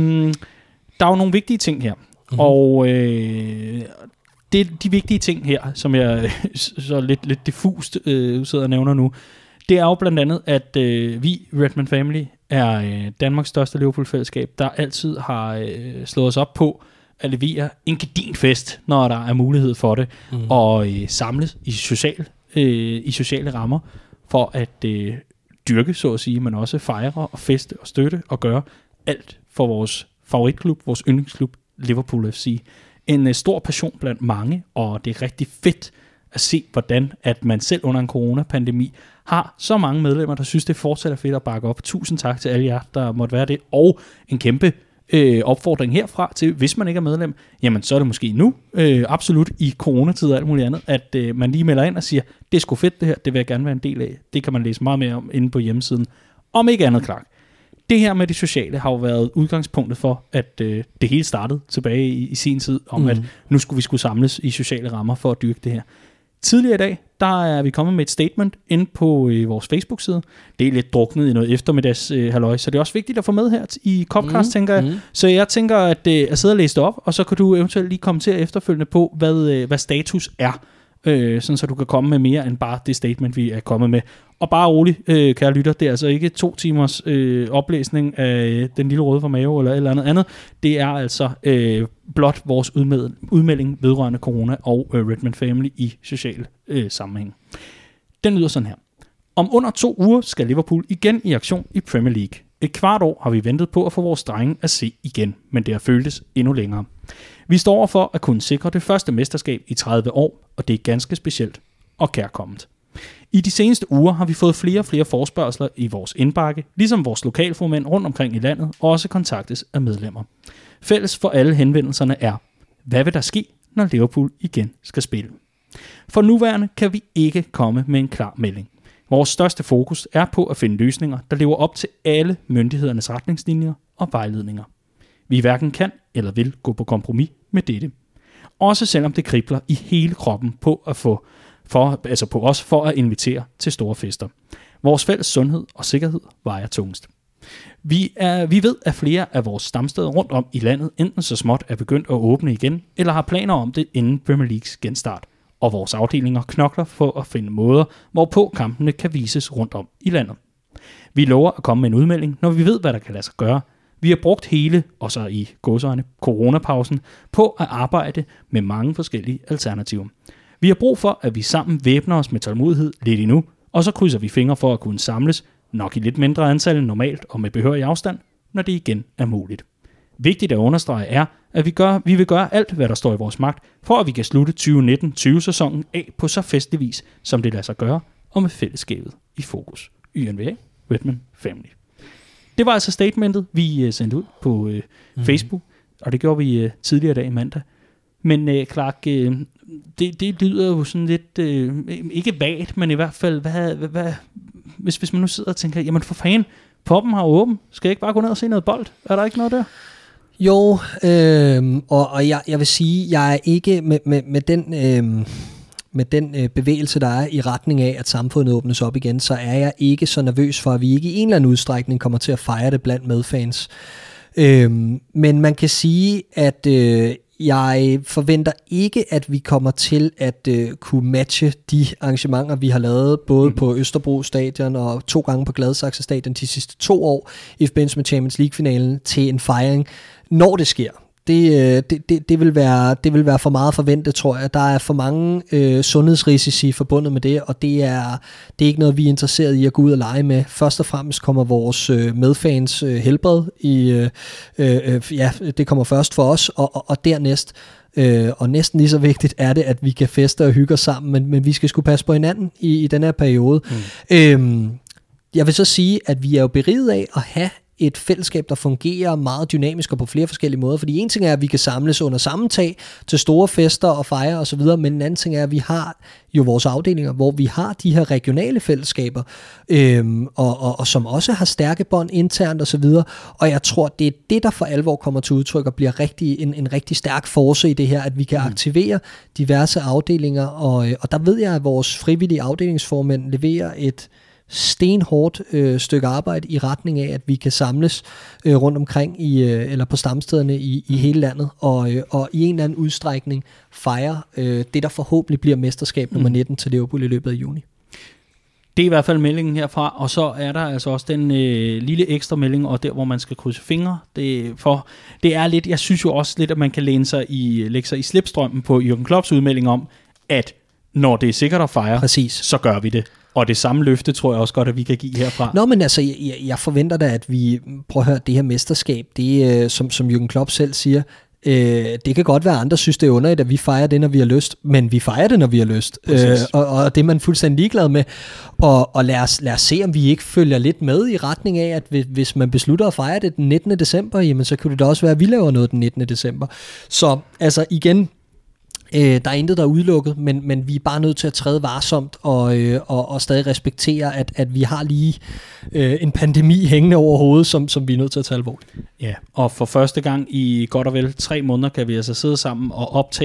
Speaker 1: der er jo nogle vigtige ting her. Mm-hmm. Og uh, det, de vigtige ting her, som jeg så lidt, lidt diffust øh, sidder og nævner nu, det er jo blandt andet, at øh, vi, Redman Family, er øh, Danmarks største Liverpool-fællesskab, der altid har øh, slået os op på at levere en gedigen fest, når der er mulighed for det, mm. og øh, samles i, social, øh, i sociale rammer, for at øh, dyrke, så at sige, men også fejre og feste og støtte og gøre alt for vores favoritklub, vores yndlingsklub, Liverpool F C. En øh, stor passion blandt mange, og det er rigtig fedt at se, hvordan at man selv under en coronapandemi har så mange medlemmer, der synes, det fortsat er fedt at bakke op. Tusind tak til alle jer, der måtte være det. Og en kæmpe øh, opfordring herfra til, hvis man ikke er medlem, jamen så er det måske nu, øh, absolut i coronatid og alt muligt andet, at øh, man lige melder ind og siger, det er sgu fedt det her, det vil jeg gerne være en del af. Det kan man læse meget mere om inde på hjemmesiden. Om ikke andet, klart. Det her med det sociale har jo været udgangspunktet for, at øh, det hele startede tilbage i, i sin tid, om mm. at nu skulle vi skulle samles i sociale rammer for at dyrke det her. Tidligere i dag, der er vi kommet med et statement inde på øh, vores Facebook-side. Det er lidt druknet i noget eftermiddags øh, halløj, så det er også vigtigt at få med her i Copcast, mm. tænker jeg. Mm. Så jeg tænker, at øh, jeg sidder og læser det op, og så kan du eventuelt lige kommentere efterfølgende på, hvad, øh, hvad status er. øh, sådan så du kan komme med mere end bare det statement, vi er kommet med. Og bare rolig, øh, kære lytter, det er altså ikke to timers øh, oplæsning af øh, Den Lille Røde fra Mave eller et eller andet andet. Det er altså øh, blot vores udmed- udmelding vedrørende corona og øh, Redman Family i social øh, sammenhæng. Den lyder sådan her. Om under to uger skal Liverpool igen i aktion i Premier League. Et kvart år har vi ventet på at få vores drenge at se igen, men det har føltes endnu længere. Vi står over for at kunne sikre det første mesterskab i tredive år, og det er ganske specielt og kærkomment. I de seneste uger har vi fået flere og flere forespørgsler i vores indbakke, ligesom vores lokalformænd rundt omkring i landet også kontaktes af medlemmer. Fælles for alle henvendelserne er, hvad vil der ske, når Liverpool igen skal spille? For nuværende kan vi ikke komme med en klar melding. Vores største fokus er på at finde løsninger, der lever op til alle myndighedernes retningslinjer og vejledninger. Vi hverken kan eller vil gå på kompromis med dette. Også selvom det kribler i hele kroppen på at få for, altså på os for at invitere til store fester. Vores fælles sundhed og sikkerhed vejer tungest. Vi, er, vi ved, at flere af vores stamsteder rundt om i landet enten så småt er begyndt at åbne igen, eller har planer om det inden Premier Leagues genstart. Og vores afdelinger knokler for at finde måder, hvorpå kampene kan vises rundt om i landet. Vi lover at komme med en udmelding, når vi ved, hvad der kan lade sig gøre. Vi har brugt hele, og så i gåseøjne, coronapausen, på at arbejde med mange forskellige alternativer. Vi har brug for, at vi sammen væbner os med tålmodighed lidt endnu, og så krydser vi fingre for at kunne samles, nok i lidt mindre antal end normalt og med behørig afstand, når det igen er muligt. Vigtigt at understrege er, at vi, gør, vi vil gøre alt, hvad der står i vores magt, for at vi kan slutte tyve nitten tyve sæsonen af på så festlig vis, som det lader sig gøre, og med fællesskabet i fokus. Y N V A, Redman Family. Det var altså statementet, vi sendte ud på øh, mm-hmm. Facebook, og det gjorde vi øh, tidligere i dag mandag. Men øh, Clark, øh, det, det lyder jo sådan lidt, øh, ikke vagt, men i hvert fald, hvad, hvad, hvad, hvis, hvis man nu sidder og tænker, jamen for fanden, poppen har åben, skal jeg ikke bare gå ned og se noget bold? Er der ikke noget der?
Speaker 2: Jo, øh, og, og jeg, jeg vil sige, jeg er ikke med, med, med den, øh, med den øh, bevægelse, der er i retning af, at samfundet åbnes op igen, så er jeg ikke så nervøs for, at vi ikke i en eller anden udstrækning kommer til at fejre det blandt medfans. Øh, men man kan sige, at øh, jeg forventer ikke, at vi kommer til at øh, kunne matche de arrangementer, vi har lavet, både mm. på Østerbro Stadion og to gange på Gladsaxe Stadion de sidste to år, i forbindelse med Champions League-finalen, til en fejring, når det sker. Det, det, det, det, vil være, det vil være for meget forventet, tror jeg. Der er for mange øh, sundhedsrisici forbundet med det, og det er, det er ikke noget, vi er interesseret i at gå ud og lege med. Først og fremmest kommer vores øh, medfans øh, helbred i, øh, øh, ja, det kommer først for os, og, og, og dernæst, øh, og næsten lige så vigtigt er det, at vi kan feste og hygge os sammen, men, men vi skal sgu passe på hinanden i, i den her periode. Mm. Øhm, jeg vil så sige, at vi er jo beriget af at have et fællesskab, der fungerer meget dynamisk og på flere forskellige måder. Fordi en ting er, at vi kan samles under samme tag til store fester og fejre osv., men en anden ting er, at vi har jo vores afdelinger, hvor vi har de her regionale fællesskaber, øhm, og, og, og som også har stærke bånd internt osv., og, og jeg tror, det er det, der for alvor kommer til udtryk og bliver rigtig, en, en rigtig stærk force i det her, at vi kan mm. aktivere diverse afdelinger, og, og der ved jeg, at vores frivillige afdelingsformænd leverer et stenhårdt øh, stykke arbejde i retning af, at vi kan samles øh, rundt omkring i, øh, eller på stamstederne i, i hele landet, og, øh, og i en eller anden udstrækning fejre øh, det, der forhåbentlig bliver mesterskab nummer nitten til Liverpool i løbet af juni.
Speaker 1: Det er i hvert fald meldingen herfra, og så er der altså også den øh, lille ekstra melding, og der, hvor man skal krydse fingre. Det, for det er lidt, jeg synes jo også lidt, at man kan læne sig i, lægge sig i slipstrømmen på Jürgen Klopps udmelding om, at når det er sikkert at fejre,
Speaker 2: Præcis.
Speaker 1: så gør vi det. Og det samme løfte tror jeg også godt, at vi kan give herfra.
Speaker 2: Nå, men altså, jeg, jeg forventer da, at vi, prøv at høre, det her mesterskab, det som, som Jürgen Klopp selv siger, øh, det kan godt være, at andre synes, det er underligt, at vi fejrer det, når vi har lyst, men vi fejrer det, når vi har lyst. Øh, og, og det er man fuldstændig ligeglad med. Og, og lad, os, lad os se, om vi ikke følger lidt med i retning af, at hvis, hvis man beslutter at fejre det den nittende december, jamen så kunne det da også være, at vi laver noget den nittende december. Så altså igen, Øh, der er intet, der er udelukket, men, men vi er bare nødt til at træde varsomt og, øh, og, og stadig respektere, at, at vi har lige øh, en pandemi hængende over hovedet, som, som vi er nødt til at tage alvorligt.
Speaker 1: Ja, og for første gang i godt og vel tre måneder kan vi altså sidde sammen og optage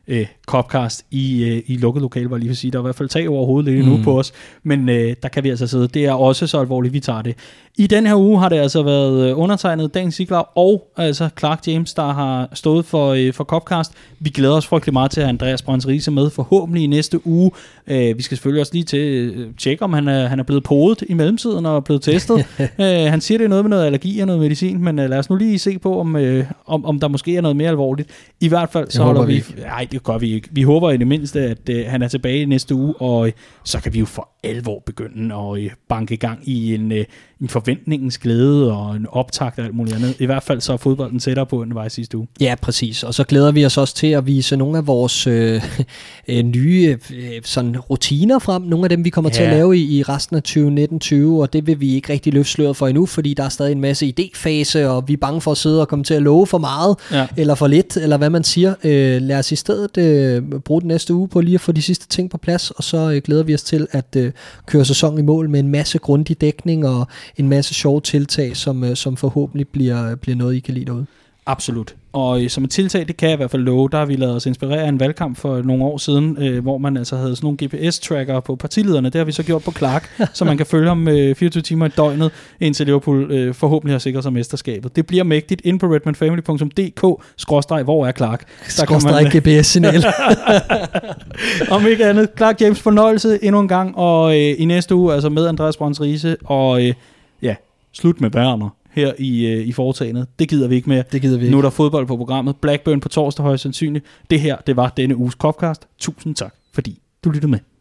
Speaker 1: øh, Copcast i, øh, i lukket lokale, var lige vil sige. Der er i hvert fald tag over hovedet lidt mm. nu på os, men øh, der kan vi altså sidde. Det er også så alvorligt, vi tager det. I den her uge har det altså været undertegnet Dan Sigler og altså Clark James, der har stået for, øh, for Copcast. Vi glæder os frygtelig meget til at have Andreas Brøns Riise med forhåbentlig i næste uge. Øh, vi skal selvfølgelig også lige til øh, tjekke, om han er, han er blevet podet i mellemtiden og er blevet testet. øh, han siger, det er noget med noget allergi og noget medicin, men øh, lad os nu lige se på, om, øh, om, om der måske er noget mere alvorligt. I hvert fald så holder vi... Nej, det gør vi ikke. Vi håber i det mindste, at øh, han er tilbage i næste uge, og øh, så kan vi jo for alvor begynde at øh, banke i gang i en, øh, en forventningens glæde og en optakt og alt muligt andet. I hvert fald så er fodbolden tættere på, end det var i sidste uge. Ja,
Speaker 2: præcis. Og så glæder vi os også til at vise nogle af vores øh, øh, nye øh, sådan rutiner frem. Nogle af dem, vi kommer ja. til at lave i, i resten af tyve nitten tyve, og det vil vi ikke rigtig løfte sløret for endnu, fordi der er stadig en masse idéfase, og vi er bange for at sidde og komme til at love for meget, ja. eller for lidt, eller hvad man siger. Øh, lad os i stedet øh, bruge den næste uge på lige at få de sidste ting på plads, og så øh, glæder vi os til at øh, køre sæsonen i mål med en masse grundig dækning og en masse sjove tiltag, som, øh, som forhåbentlig bliver, bliver noget, I kan lide derude.
Speaker 1: Absolut. Og som et tiltag, det kan jeg i hvert fald love, der har vi lavet os inspirere af en valgkamp for nogle år siden, øh, hvor man altså havde sådan nogle G P S-tracker på partilederne. Det har vi så gjort på Clark, så man kan følge ham øh, fireogtyve timer i døgnet, indtil Liverpool øh, forhåbentlig har sikret sig mesterskabet. Det bliver mægtigt. Ind på redmanfamily punktum d k skråstreg hvor er Clark.
Speaker 2: Skråstreg G P S-signal.
Speaker 1: Om ikke andet, Clark James fornøjelse endnu en gang, og øh, i næste uge altså med Andreas Brøns Riise, og øh, ja, slut med Werner her i, øh, i foretagendet. Det gider vi ikke mere.
Speaker 2: Det gider vi ikke.
Speaker 1: Nu er der fodbold på programmet. Blackburn på torsdag højst sandsynligt. Det her, det var denne uges Copcast. Tusind tak, fordi du lyttede med.